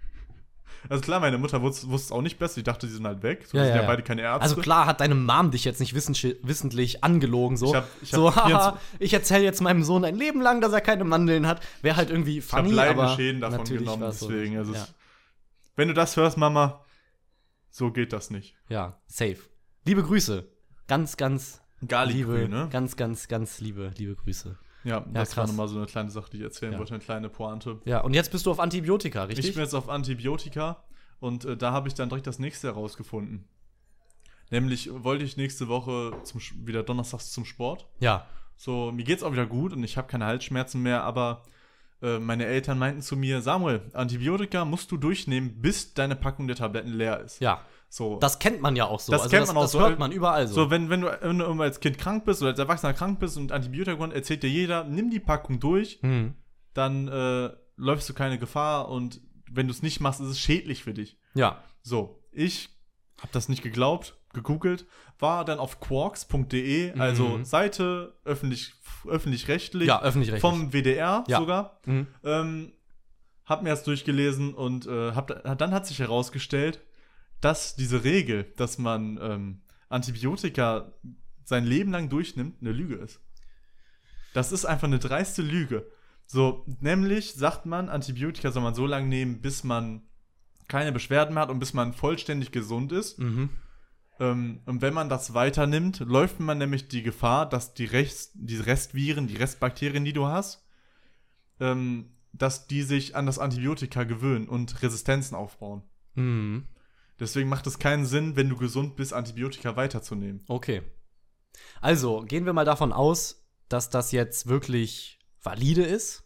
Also klar, meine Mutter wusste wusste es auch nicht besser. Ich dachte, die sind halt weg. So, Ja, wir sind ja, ja ja. beide keine Ärzte. Also klar hat deine Mom dich jetzt nicht wissentlich, wissentlich angelogen, so. Ich hab- ich hab so, haha, vierundzwanzig ich erzähle jetzt meinem Sohn ein Leben lang, dass er keine Mandeln hat. Wäre halt irgendwie Ich habe funny, bleibende aber Schäden davon natürlich genommen, war's so deswegen. nicht. Also ja. es, wenn du das hörst, Mama, so geht das nicht. ja, safe. Liebe Grüße. Ganz, ganz Garlic-Grün, liebe, ne? ganz, ganz, ganz liebe, liebe Grüße. Ja, das war krass. nochmal so eine kleine Sache, die ich erzählen Ja. wollte, eine kleine Pointe. Ja, und jetzt bist du auf Antibiotika, Ich richtig? bin jetzt auf Antibiotika und äh, da habe ich dann direkt das nächste herausgefunden. Nämlich wollte ich nächste Woche zum, Sch- wieder donnerstags zum Sport. Ja. So, mir geht's auch wieder gut und ich habe keine Halsschmerzen mehr, aber äh, meine Eltern meinten zu mir, Samuel, Antibiotika musst du durchnehmen, bis deine Packung der Tabletten leer ist. Ja. So, Das kennt man ja auch so. Das also kennt das, man auch das so. hört man überall so. so wenn, wenn, du, wenn du als Kind krank bist oder als Erwachsener krank bist und Antibiotika bekommst, erzählt dir jeder, nimm die Packung durch, Hm. dann äh, läufst du keine Gefahr und wenn du es nicht machst, ist es schädlich für dich. Ja. So, ich habe das nicht geglaubt, gegoogelt, war dann auf quarks punkt de, Mhm. also Seite öffentlich, öffentlich-rechtlich, Ja, öffentlich-rechtlich. vom W D R Ja. sogar. Mhm. Ähm, hab mir das durchgelesen und äh, hab, dann hat sich herausgestellt, dass diese Regel, dass man ähm, Antibiotika sein Leben lang durchnimmt, eine Lüge ist. Das ist einfach eine dreiste Lüge. So, nämlich sagt man, Antibiotika soll man so lange nehmen, bis man keine Beschwerden mehr hat und bis man vollständig gesund ist. Mhm. Ähm, und wenn man das weiter nimmt, läuft man nämlich die Gefahr, dass die, Rest, die Restviren, die Restbakterien, die du hast, ähm, dass die sich an das Antibiotika gewöhnen und Resistenzen aufbauen. Mhm. Deswegen macht es keinen Sinn, wenn du gesund bist, Antibiotika weiterzunehmen. Okay. Also, gehen wir mal davon aus, dass das jetzt wirklich valide ist.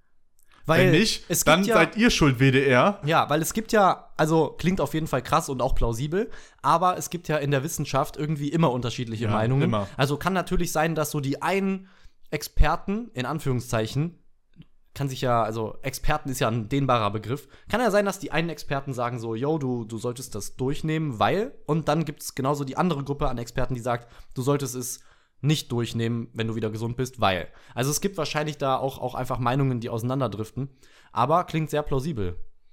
Weil wenn nicht, es dann gibt ja, seid ihr schuld, W D R. Ja, weil es gibt ja, also klingt auf jeden Fall krass und auch plausibel, aber es gibt ja in der Wissenschaft irgendwie immer unterschiedliche Ja, Meinungen. immer. Also kann natürlich sein, dass so die einen Experten, in Anführungszeichen, kann sich ja, also Experten ist ja ein dehnbarer Begriff, kann ja sein, dass die einen Experten sagen so, yo, du, du solltest das durchnehmen, weil, und dann gibt es genauso die andere Gruppe an Experten, die sagt, du solltest es nicht durchnehmen, wenn du wieder gesund bist, weil. Also es gibt wahrscheinlich da auch, auch einfach Meinungen, die auseinanderdriften, aber klingt sehr plausibel.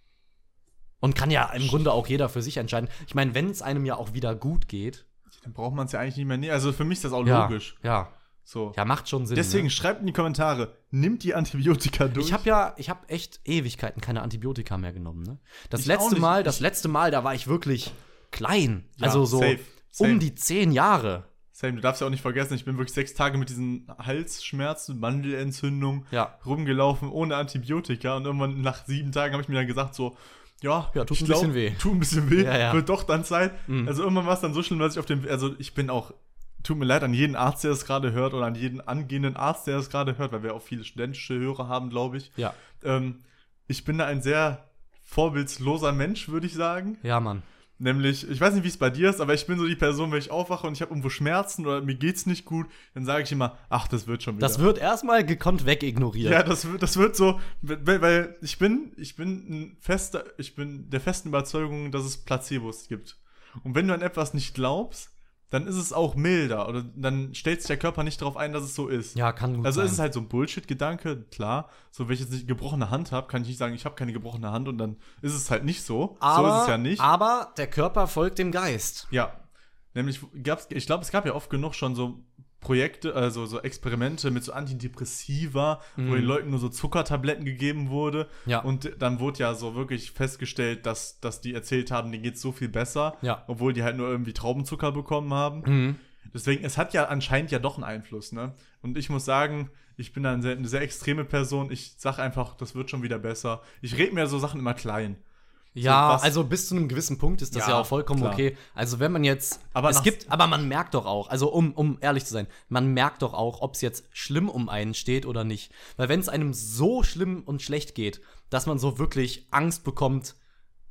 Und kann ja im Grunde auch jeder für sich entscheiden. Ich meine, wenn es einem ja auch wieder gut geht. Dann braucht man es ja eigentlich nicht mehr nehmen. Also für mich ist das auch Ja, logisch. Ja, So. ja, macht schon Sinn. Deswegen ne? schreibt in die Kommentare, nimmt die Antibiotika durch. Ich habe ja, ich habe echt Ewigkeiten keine Antibiotika mehr genommen. Ne? Das Ich auch letzte nicht. Mal, Ich- das letzte Mal, da war ich wirklich klein. Ja, also so safe, safe. um die zehn Jahre. Sam, du darfst ja auch nicht vergessen, ich bin wirklich sechs Tage mit diesen Halsschmerzen, Mandelentzündung Ja. rumgelaufen, ohne Antibiotika. Und irgendwann nach sieben Tagen habe ich mir dann gesagt so, ja, Ja, tut ich ein glaub, bisschen weh. Tut ein bisschen weh, Ja, ja. wird doch dann Zeit. Mhm. Also irgendwann war es dann so schlimm, dass ich auf dem, also ich bin auch, tut mir leid an jeden Arzt, der das gerade hört oder an jeden angehenden Arzt, der das gerade hört, weil wir auch viele studentische Hörer haben, glaube ich. Ja. Ähm, ich bin da ein sehr vorbildloser Mensch, würde ich sagen. Ja, Mann. Nämlich, ich weiß nicht, wie es bei dir ist, aber ich bin so die Person, wenn ich aufwache und ich habe irgendwo Schmerzen oder mir geht's nicht gut, dann sage ich immer, ach, das wird schon wieder. Das wird erstmal gekonnt wegignoriert. Ja, das wird, das wird so, weil, weil ich bin, ich bin ein fester, ich bin der festen Überzeugung, dass es Placebos gibt. Und wenn du an etwas nicht glaubst, dann ist es auch milder oder dann stellt sich der Körper nicht darauf ein, dass es so ist. Ja, kann gut Also sein. ist es halt so ein Bullshit-Gedanke, klar. So, wenn ich jetzt nicht gebrochene Hand habe, kann ich nicht sagen, ich habe keine gebrochene Hand und dann ist es halt nicht so. aber, so ist es ja nicht. Aber der Körper folgt dem Geist. Ja, nämlich gab's, ich glaube, es gab ja oft genug schon so Projekte, also so Experimente mit so Antidepressiva, Mhm. wo den Leuten nur so Zuckertabletten gegeben wurde. Ja. Und dann wurde ja so wirklich festgestellt, dass, dass die erzählt haben, denen geht's so viel besser, Ja. obwohl die halt nur irgendwie Traubenzucker bekommen haben. Mhm. Deswegen, es hat ja anscheinend ja doch einen Einfluss, ne? Und ich muss sagen, ich bin da eine sehr, eine sehr extreme Person. Ich sag einfach, das wird schon wieder besser. Ich rede mir so Sachen immer klein. Ja, was- also bis zu einem gewissen Punkt ist das ja, Ja, auch vollkommen klar. okay. Also wenn man jetzt, Aber es nach- gibt, aber man merkt doch auch, also um, um ehrlich zu sein, man merkt doch auch, ob es jetzt schlimm um einen steht oder nicht. Weil wenn es einem so schlimm und schlecht geht, dass man so wirklich Angst bekommt,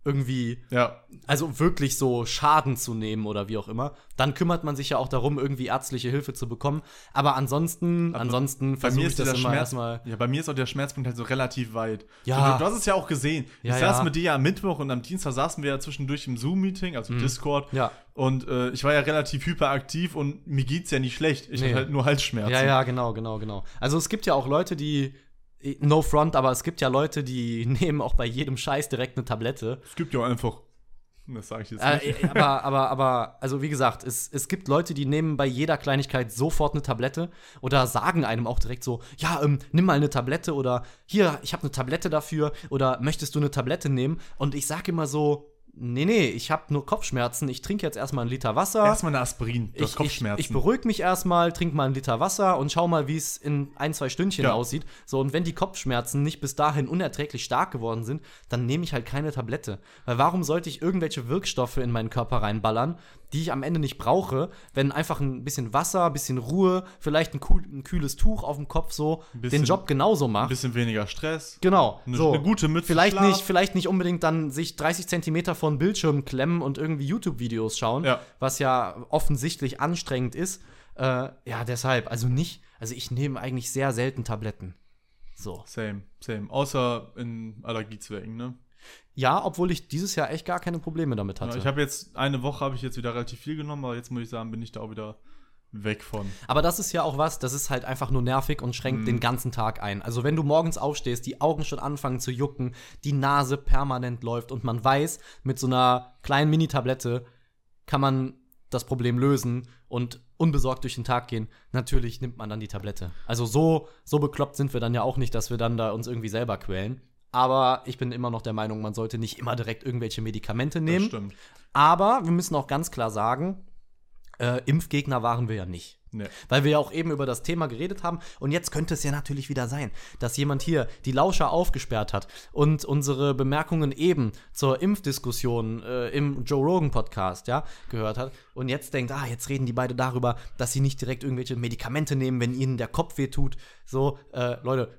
irgendwie, Ja. also wirklich so Schaden zu nehmen oder wie auch immer, dann kümmert man sich ja auch darum, irgendwie ärztliche Hilfe zu bekommen. Aber ansonsten, Aber ansonsten Bei versuche mir ich ist das dieser immer Schmerz, erstmal. ja, bei mir ist auch der Schmerzpunkt halt so relativ weit. Ja. Du, du hast es ja auch gesehen. Ja, ich saß ja. mit dir ja am Mittwoch und am Dienstag saßen wir ja zwischendurch im Zoom-Meeting, also Mhm. Discord. Ja. Und äh, ich war ja relativ hyperaktiv und mir geht's ja nicht schlecht. Ich Nee. hatte halt nur Halsschmerzen. Ja, ja, genau, genau, genau. Also es gibt ja auch Leute, die, no front, aber es gibt ja Leute, die nehmen auch bei jedem Scheiß direkt eine Tablette. Es gibt ja auch einfach. Das sage ich jetzt Äh, nicht. äh, aber, aber, aber, also wie gesagt, es, es gibt Leute, die nehmen bei jeder Kleinigkeit sofort eine Tablette oder sagen einem auch direkt so, ja, ähm, nimm mal eine Tablette oder hier, ich habe eine Tablette dafür oder möchtest du eine Tablette nehmen? Und ich sage immer so, nee, nee, ich habe nur Kopfschmerzen, ich trinke jetzt erstmal einen Liter Wasser. Erstmal eine Aspirin, du hast Ich, Kopfschmerzen. ich, ich beruhige mich erstmal, trinke mal einen Liter Wasser und schau mal, wie es in ein, zwei Stündchen Ja. aussieht. So, und wenn die Kopfschmerzen nicht bis dahin unerträglich stark geworden sind, dann nehme ich halt keine Tablette. Weil warum sollte ich irgendwelche Wirkstoffe in meinen Körper reinballern, die ich am Ende nicht brauche, wenn einfach ein bisschen Wasser, ein bisschen Ruhe, vielleicht ein, cool, ein kühles Tuch auf dem Kopf so Ein bisschen- den Job genauso Ein macht. bisschen weniger Stress. Genau. Eine, so. eine gute Mütze Vielleicht Schlaf. nicht, vielleicht nicht unbedingt dann sich dreißig Zentimeter vor den Bildschirm klemmen und irgendwie YouTube-Videos schauen, Ja. was ja offensichtlich anstrengend ist. Äh, ja, deshalb, also nicht, also ich nehme eigentlich sehr selten Tabletten. So. Same, same. Außer in Allergiezwecken, ne? Ja, obwohl ich dieses Jahr echt gar keine Probleme damit hatte. Ja, ich habe jetzt, eine Woche habe ich jetzt wieder relativ viel genommen, aber jetzt muss ich sagen, bin ich da auch wieder weg von. Aber das ist ja auch was, das ist halt einfach nur nervig und schränkt Mhm. den ganzen Tag ein. Also wenn du morgens aufstehst, die Augen schon anfangen zu jucken, die Nase permanent läuft und man weiß, mit so einer kleinen Mini-Tablette kann man das Problem lösen und unbesorgt durch den Tag gehen. Natürlich nimmt man dann die Tablette. Also so, so bekloppt sind wir dann ja auch nicht, dass wir dann da uns irgendwie selber quälen. Aber ich bin immer noch der Meinung, man sollte nicht immer direkt irgendwelche Medikamente nehmen. Das stimmt. Aber wir müssen auch ganz klar sagen, äh, Impfgegner waren wir ja nicht. Nee. Weil wir ja auch eben über das Thema geredet haben. Und jetzt könnte es ja natürlich wieder sein, dass jemand hier die Lauscher aufgesperrt hat und unsere Bemerkungen eben zur Impfdiskussion äh, im Joe Rogan Podcast, ja, gehört hat. Und jetzt denkt, ah, jetzt reden die beide darüber, dass sie nicht direkt irgendwelche Medikamente nehmen, wenn ihnen der Kopf weh tut. So, äh, Leute,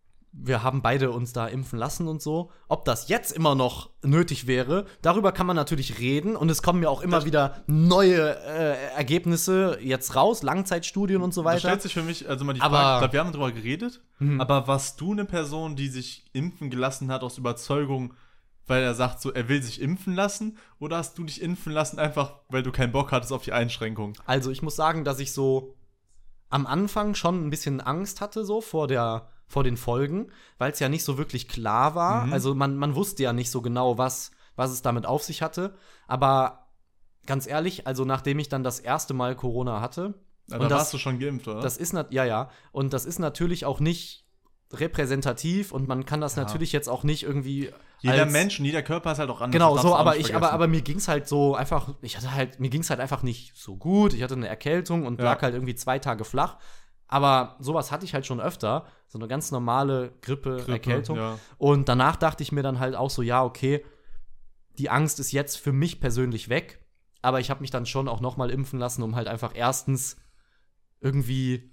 wir haben beide uns da impfen lassen und so. Ob das jetzt immer noch nötig wäre, darüber kann man natürlich reden. Und es kommen ja auch immer Das- wieder neue äh, Ergebnisse jetzt raus, Langzeitstudien und so Da weiter. stellt sich für mich, also mal die Aber- Frage, ich glaube, wir haben darüber geredet, Mhm. aber warst du eine Person, die sich impfen gelassen hat aus Überzeugung, weil er sagt, so, er will sich impfen lassen? Oder hast du dich impfen lassen, einfach weil du keinen Bock hattest auf die Einschränkung? Also ich muss sagen, dass ich so am Anfang schon ein bisschen Angst hatte, so vor der vor den Folgen, weil es ja nicht so wirklich klar war. Mhm. Also man, man wusste ja nicht so genau, was, was es damit auf sich hatte. Aber ganz ehrlich, also nachdem ich dann das erste Mal Corona hatte, Ja, und da das- warst du schon geimpft, oder? das ist nat- ja, ja, und das ist natürlich auch nicht repräsentativ und man kann das Ja. natürlich jetzt auch nicht irgendwie jeder als- Mensch und jeder Körper ist halt auch anders. Genau, das so, darfst du auch aber nicht ich, aber, vergessen. aber mir ging's halt so einfach, ich hatte halt, mir ging's halt einfach nicht so gut. Ich hatte eine Erkältung und Ja. lag halt irgendwie zwei Tage flach. Aber sowas hatte ich halt schon öfter. So eine ganz normale Grippe, Grippe, Erkältung. ja. Und danach dachte ich mir dann halt auch so, ja, okay, die Angst ist jetzt für mich persönlich weg. Aber ich habe mich dann schon auch noch mal impfen lassen, um halt einfach erstens irgendwie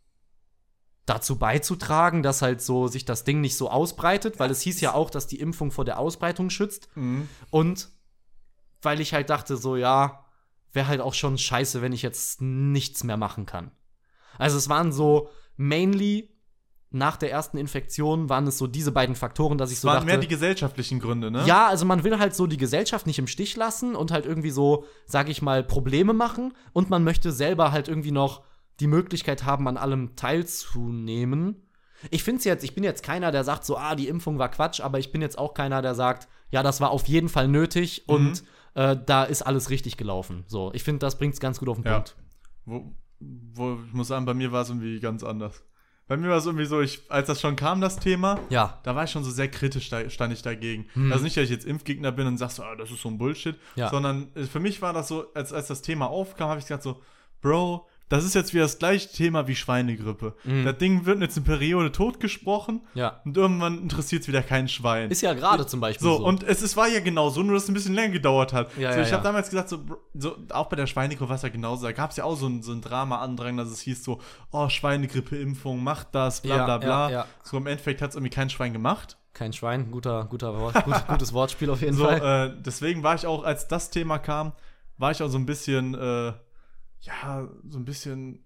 dazu beizutragen, dass halt so sich das Ding nicht so ausbreitet, weil es hieß ja auch, dass die Impfung vor der Ausbreitung schützt. Mhm. Und weil ich halt dachte, so, ja, wäre halt auch schon scheiße, wenn ich jetzt nichts mehr machen kann. Also es waren so mainly nach der ersten Infektion waren es so diese beiden Faktoren, dass ich Es so waren dachte, mehr die gesellschaftlichen Gründe, ne? ja, also man will halt so die Gesellschaft nicht im Stich lassen und halt irgendwie so, sag ich mal, Probleme machen und man möchte selber halt irgendwie noch die Möglichkeit haben, an allem teilzunehmen. Ich find's jetzt, ich bin jetzt keiner, der sagt so, ah, die Impfung war Quatsch, aber ich bin jetzt auch keiner, der sagt, ja, das war auf jeden Fall nötig Mhm. und äh, da ist alles richtig gelaufen. So, ich finde, das bringt's ganz gut auf den Ja. Punkt. Wo, wo, ich muss sagen, bei mir war es irgendwie ganz anders. Bei mir war es irgendwie so, ich, als das schon kam, das Thema, Ja, da war ich schon so sehr kritisch, da stand ich dagegen. Hm. Also nicht, dass ich jetzt Impfgegner bin und sag so, ah, das ist so ein Bullshit, Ja. sondern äh, für mich war das so, als, als das Thema aufkam, habe ich gesagt so, Bro, das ist jetzt wieder das gleiche Thema wie Schweinegrippe. Mhm. Das Ding wird jetzt eine Periode totgesprochen Ja. und irgendwann interessiert es wieder kein Schwein. Ist ja gerade zum Beispiel so. so. Und es, es war ja genau so, nur dass es ein bisschen länger gedauert hat. Ja, so, ja, ich ja. habe damals gesagt, so, so auch bei der Schweinegrippe war es ja genauso. Da gab es ja auch so ein, so ein Drama-Andrang, dass es hieß so, oh, Schweinegrippe-Impfung, macht das, bla Ja, bla bla. ja, ja. So im Endeffekt hat es irgendwie kein Schwein gemacht. Kein Schwein, guter, guter Wort, gut, gutes Wortspiel auf jeden So, Fall. äh, deswegen war ich auch, als das Thema kam, war ich auch so ein bisschen, äh, ja, so ein bisschen.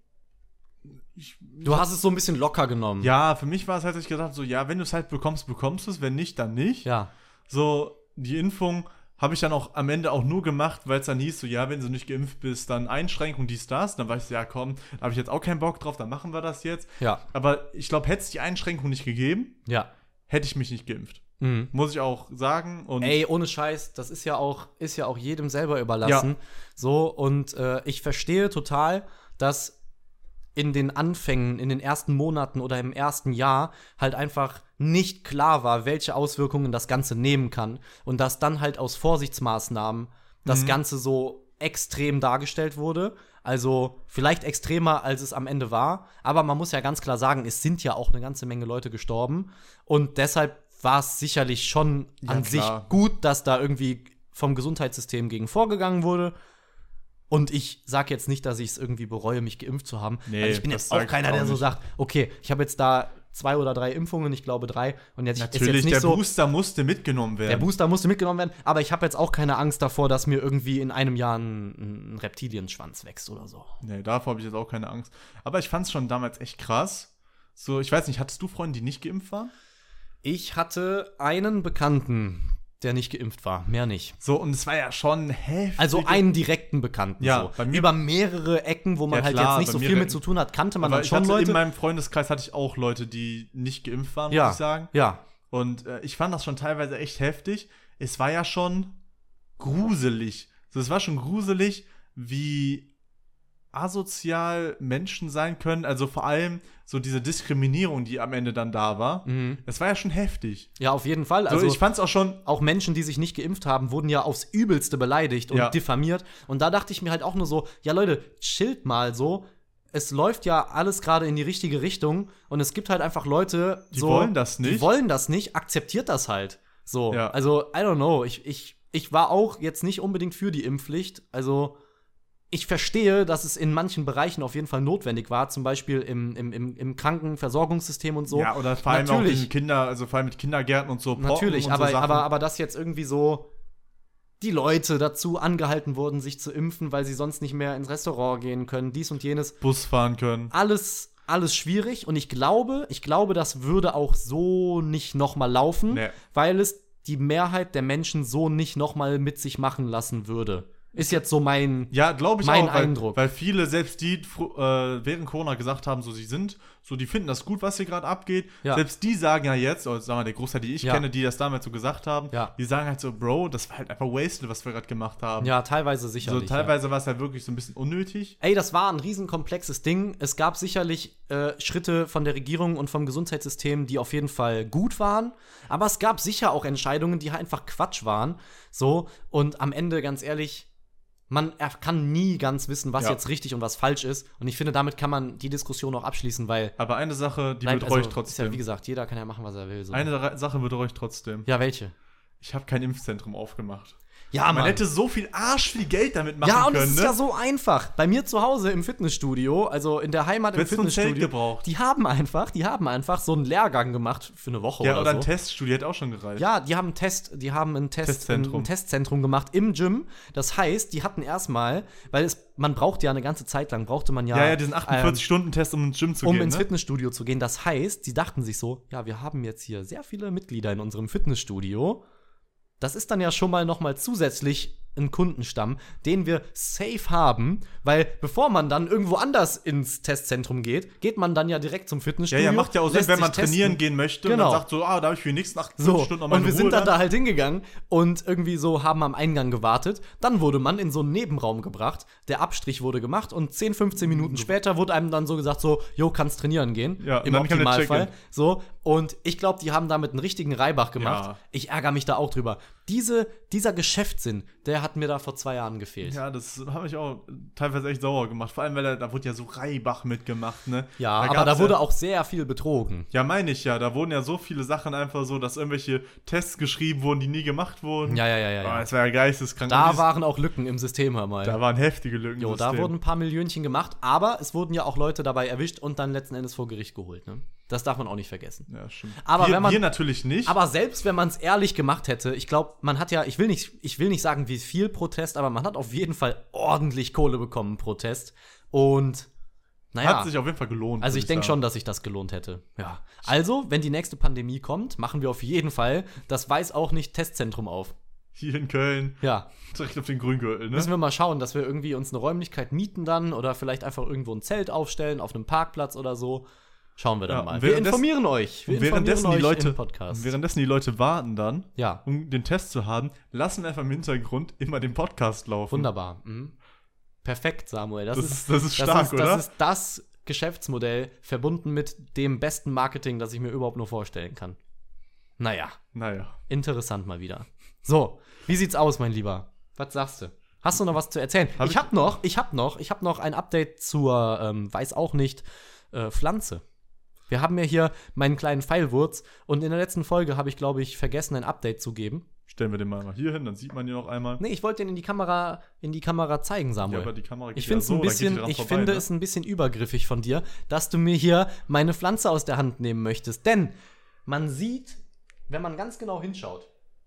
Ich, Du hast es so ein bisschen locker genommen. Ja, für mich war es halt, dass ich gedacht so, ja, wenn du es halt bekommst, bekommst du es, wenn nicht, dann nicht. Ja. So, die Impfung habe ich dann auch am Ende auch nur gemacht, weil es dann hieß, so, ja, wenn du nicht geimpft bist, dann Einschränkung, dies, das. Dann war ich so, ja, komm, da habe ich jetzt auch keinen Bock drauf, dann machen wir das jetzt. Ja. Aber ich glaube, hätte es die Einschränkung nicht gegeben, Ja. hätte ich mich nicht geimpft. Mhm. Muss ich auch sagen. Und Ey, ohne Scheiß, das ist ja auch, ist ja auch jedem selber überlassen. Ja. So, und äh, ich verstehe total, dass in den Anfängen, in den ersten Monaten oder im ersten Jahr halt einfach nicht klar war, welche Auswirkungen das Ganze nehmen kann. Und dass dann halt aus Vorsichtsmaßnahmen das Mhm. Ganze so extrem dargestellt wurde. Also vielleicht extremer, als es am Ende war. Aber man muss ja ganz klar sagen, es sind ja auch eine ganze Menge Leute gestorben. Und deshalb war es sicherlich schon Ja, an klar. sich gut, dass da irgendwie vom Gesundheitssystem gegen vorgegangen wurde. Und ich sage jetzt nicht, dass ich es irgendwie bereue, mich geimpft zu haben. Nee, weil ich bin das jetzt auch sag ich keiner, auch der so nicht. sagt, okay, ich habe jetzt da zwei oder drei Impfungen, ich glaube drei. Und jetzt ist natürlich, jetzt nicht der so, Booster musste mitgenommen werden. der Booster musste mitgenommen werden, aber ich habe jetzt auch keine Angst davor, dass mir irgendwie in einem Jahr ein, ein Reptilienschwanz wächst oder so. Nee, davor habe ich jetzt auch keine Angst. Aber ich fand es schon damals echt krass. So, ich weiß nicht, hattest du Freunde, die nicht geimpft waren? Ich hatte einen Bekannten, der nicht geimpft war, mehr nicht. So, und es war ja schon heftig. Also einen direkten Bekannten. Ja, so. bei mir- Über mehrere Ecken, wo man Ja, halt klar, jetzt nicht bei so mir viel re- mit zu tun hat, kannte man Aber dann ich schon hatte Leute. in meinem Freundeskreis hatte ich auch Leute, die nicht geimpft waren, ja, muss ich sagen. ja, Und äh, ich fand das schon teilweise echt heftig. Es war ja schon gruselig. So, es war schon gruselig, wie asozial Menschen sein können. Also vor allem so diese Diskriminierung, die am Ende dann da war. mhm. Es war ja schon heftig. ja, auf jeden Fall. Also Also ich fand's auch schon. auch Menschen, die sich nicht geimpft haben, wurden ja aufs Übelste beleidigt und Ja. diffamiert. Und da dachte ich mir halt auch nur so, ja Leute, chillt mal so. Es läuft ja alles gerade in die richtige Richtung und es gibt halt einfach Leute, Die so, wollen das nicht. Die wollen das nicht, akzeptiert das halt. So, Ja. also, I don't know. Ich, ich, ich war auch jetzt nicht unbedingt für die Impfpflicht. Also, ich verstehe, dass es in manchen Bereichen auf jeden Fall notwendig war, zum Beispiel im, im, im, im Krankenversorgungsystem und so. Ja, oder vor allem Natürlich. auch in Kinder, also vor allem mit Kindergärten und so. Pocken Natürlich, und aber, so Sachen. aber, aber dass jetzt irgendwie so die Leute dazu angehalten wurden, sich zu impfen, weil sie sonst nicht mehr ins Restaurant gehen können, dies und jenes. Bus fahren können. Alles, alles schwierig und ich glaube, ich glaube, das würde auch so nicht nochmal laufen, Nee. weil es die Mehrheit der Menschen so nicht nochmal mit sich machen lassen würde. Ist jetzt so mein Ja, glaube ich Mein auch, weil, Eindruck. weil viele, selbst die fr- äh, während Corona gesagt haben, so sie sind, so die finden das gut, was hier gerade abgeht. Ja. Selbst die sagen ja jetzt, oder sagen wir der Großteil, die ich Ja. kenne, die das damals so gesagt haben, Ja. die sagen halt so, Bro, das war halt einfach wasted, was wir gerade gemacht haben. Ja, teilweise so sicherlich. ja. teilweise war es halt wirklich so ein bisschen unnötig. Ey, das war ein riesenkomplexes Ding. Es gab sicherlich äh, Schritte von der Regierung und vom Gesundheitssystem, die auf jeden Fall gut waren. Aber es gab sicher auch Entscheidungen, die halt einfach Quatsch waren. So, und am Ende, ganz ehrlich, man er kann nie ganz wissen, was Ja. jetzt richtig und was falsch ist. Und ich finde, damit kann man die Diskussion auch abschließen, weil Aber eine Sache, die bleibt- betreue ich also, ist ja, trotzdem. wie gesagt, jeder kann ja machen, was er will. So. eine Ra- Sache betreue ich trotzdem. Ja, welche? Ich habe kein Impfzentrum aufgemacht. Ja, Man hätte so viel Arsch viel Geld damit machen Ja, und können, es ist ne? ja so einfach. Bei mir zu Hause im Fitnessstudio, also in der Heimat Du im hättest nur ein Zelt Fitnessstudio, gebraucht. die haben einfach, die haben einfach so einen Lehrgang gemacht für eine Woche Ja, oder oder so. ein Teststudio hätte auch schon gereicht. Ja, die haben einen Test, die haben ein Test, Testzentrum. ein Testzentrum gemacht im Gym. Das heißt, die hatten erstmal, weil es, man braucht ja eine ganze Zeit lang, brauchte man ja, Ja, ja, diesen achtundvierzig-Stunden-Test, um ins Gym zu um gehen. ins ne? Fitnessstudio zu gehen. Das heißt, sie dachten sich so, ja, wir haben jetzt hier sehr viele Mitglieder in unserem Fitnessstudio. Das ist dann ja schon mal noch mal zusätzlich ein Kundenstamm, den wir safe haben, weil bevor man dann irgendwo anders ins Testzentrum geht, geht man dann ja direkt zum Ja, Fitnessstudio. ja, macht ja auch Sinn, lässt wenn sich man trainieren testen. gehen möchte Genau. und dann sagt so, ah, da habe ich für die nächsten achtundvierzig So, Stunden noch meine und wir Ruhe sind dann da halt hingegangen und irgendwie so haben am Eingang gewartet. Dann wurde man in so einen Nebenraum gebracht, der Abstrich wurde gemacht und zehn, fünfzehn Minuten später wurde einem dann so gesagt so, jo, kannst trainieren gehen, Ja, im und dann kam der Optimalfall. Check-in. So, und ich glaube, die haben damit einen richtigen Reibach gemacht. Ja. Ich ärgere mich da auch drüber. diese, dieser Geschäftssinn, der hat mir da vor zwei Jahren gefehlt. Ja, das habe ich auch teilweise echt sauer gemacht. Vor allem, weil da, da wurde ja so Reibach mitgemacht, ne? Ja, da aber da wurde ja, auch sehr viel betrogen. Ja, meine ich ja. Da wurden ja so viele Sachen einfach so, dass irgendwelche Tests geschrieben wurden, die nie gemacht wurden. Ja, ja, ja, ja. Oh, ja. das war ja geisteskrank. Da waren auch Lücken im System, hör mal. Da waren heftige Lücken. Jo, da wurden ein paar Millionchen gemacht, aber es wurden ja auch Leute dabei erwischt und dann letzten Endes vor Gericht geholt, ne? Das darf man auch nicht vergessen. Ja, stimmt. Aber wir, wenn man, wir natürlich nicht. Aber selbst wenn man es ehrlich gemacht hätte, ich glaube, man hat ja, ich will nicht, ich will nicht sagen, wie viel Protest, aber man hat auf jeden Fall ordentlich Kohle bekommen, Protest. Und naja. Hat sich auf jeden Fall gelohnt. Also ich denke schon, dass sich das gelohnt hätte. Ja. Also, wenn die nächste Pandemie kommt, machen wir auf jeden Fall das Weiß auch nicht Testzentrum auf. Hier in Köln. Ja. Direkt auf den Grüngürtel, ne? Müssen wir mal schauen, dass wir irgendwie uns eine Räumlichkeit mieten dann oder vielleicht einfach irgendwo ein Zelt aufstellen, auf einem Parkplatz oder so. Schauen wir dann ja, mal. Wir informieren euch. Wir währenddessen informieren die euch Leute, im Podcast. Währenddessen die Leute warten dann, ja. um den Test zu haben, lassen wir einfach im Hintergrund immer den Podcast laufen. Wunderbar. Mhm. Perfekt, Samuel. Das, das, ist, ist, das ist stark, das ist, oder? Das ist das Geschäftsmodell verbunden mit dem besten Marketing, das ich mir überhaupt nur vorstellen kann. Naja. Naja. Interessant mal wieder. So, wie sieht's aus, mein Lieber? Was sagst du? Hast du noch was zu erzählen? Hab ich ich hab noch, ich hab noch, ich hab noch ein Update zur, ähm, weiß auch nicht, äh, Pflanze. Wir haben ja hier meinen kleinen Pfeilwurz und in der letzten Folge habe ich, glaube ich, vergessen, ein Update zu geben. Stellen wir den mal hier hin, dann sieht man ihn noch einmal. Nee, ich wollte den in die Kamera, in die Kamera zeigen, Samuel. Ja, aber die Kamera geht ich finde ja so, ein bisschen, da geht die ich dran vorbei, finde ne? es ein bisschen übergriffig von dir, dass du mir hier meine Pflanze aus der Hand nehmen möchtest. Denn man sieht, wenn man ganz genau hinschaut,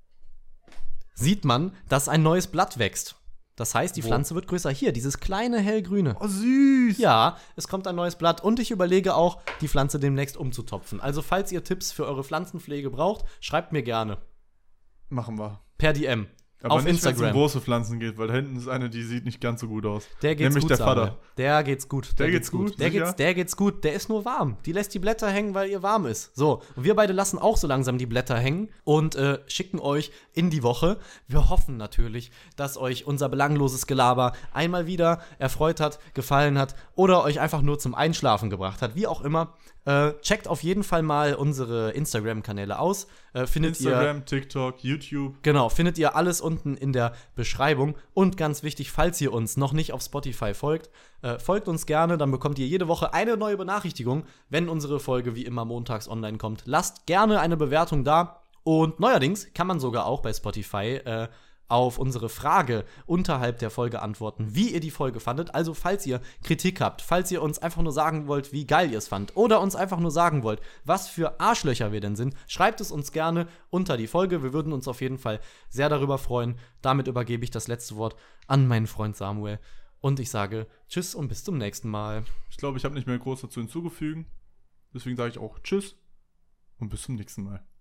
sieht man, dass ein neues Blatt wächst. Das heißt, die Wo? Pflanze wird größer. Hier, dieses kleine hellgrüne. Oh, süß! Ja, es kommt ein neues Blatt und ich überlege auch, die Pflanze demnächst umzutopfen. Also, falls ihr Tipps für eure Pflanzenpflege braucht, schreibt mir gerne. Machen wir. Per D M. Aber auf nicht, wenn es um Instagram. große Pflanzen geht, weil da hinten ist eine, die sieht nicht ganz so gut aus. Der geht's Nämlich gut, der Samuel. Vater. Der geht's gut. Der geht's gut, Der sicher? geht's, der geht's gut. Der ist nur warm. Die lässt die Blätter hängen, weil ihr warm ist. So, und wir beide lassen auch so langsam die Blätter hängen und äh, schicken euch in die Woche. Wir hoffen natürlich, dass euch unser belangloses Gelaber einmal wieder erfreut hat, gefallen hat oder euch einfach nur zum Einschlafen gebracht hat. Wie auch immer. Äh, checkt auf jeden Fall mal unsere Instagram-Kanäle aus. Äh, findet Instagram, ihr, TikTok, YouTube. Genau, findet ihr alles unten in der Beschreibung. Und ganz wichtig, falls ihr uns noch nicht auf Spotify folgt, äh, folgt uns gerne, dann bekommt ihr jede Woche eine neue Benachrichtigung, wenn unsere Folge wie immer montags online kommt. Lasst gerne eine Bewertung da. Und neuerdings kann man sogar auch bei Spotify äh, auf unsere Frage unterhalb der Folge antworten, wie ihr die Folge fandet. Also, falls ihr Kritik habt, falls ihr uns einfach nur sagen wollt, wie geil ihr es fandt, oder uns einfach nur sagen wollt, was für Arschlöcher wir denn sind, schreibt es uns gerne unter die Folge. Wir würden uns auf jeden Fall sehr darüber freuen. Damit übergebe ich das letzte Wort an meinen Freund Samuel. Und ich sage Tschüss und bis zum nächsten Mal. Ich glaube, ich habe nicht mehr groß dazu hinzugefügen. Deswegen sage ich auch Tschüss und bis zum nächsten Mal.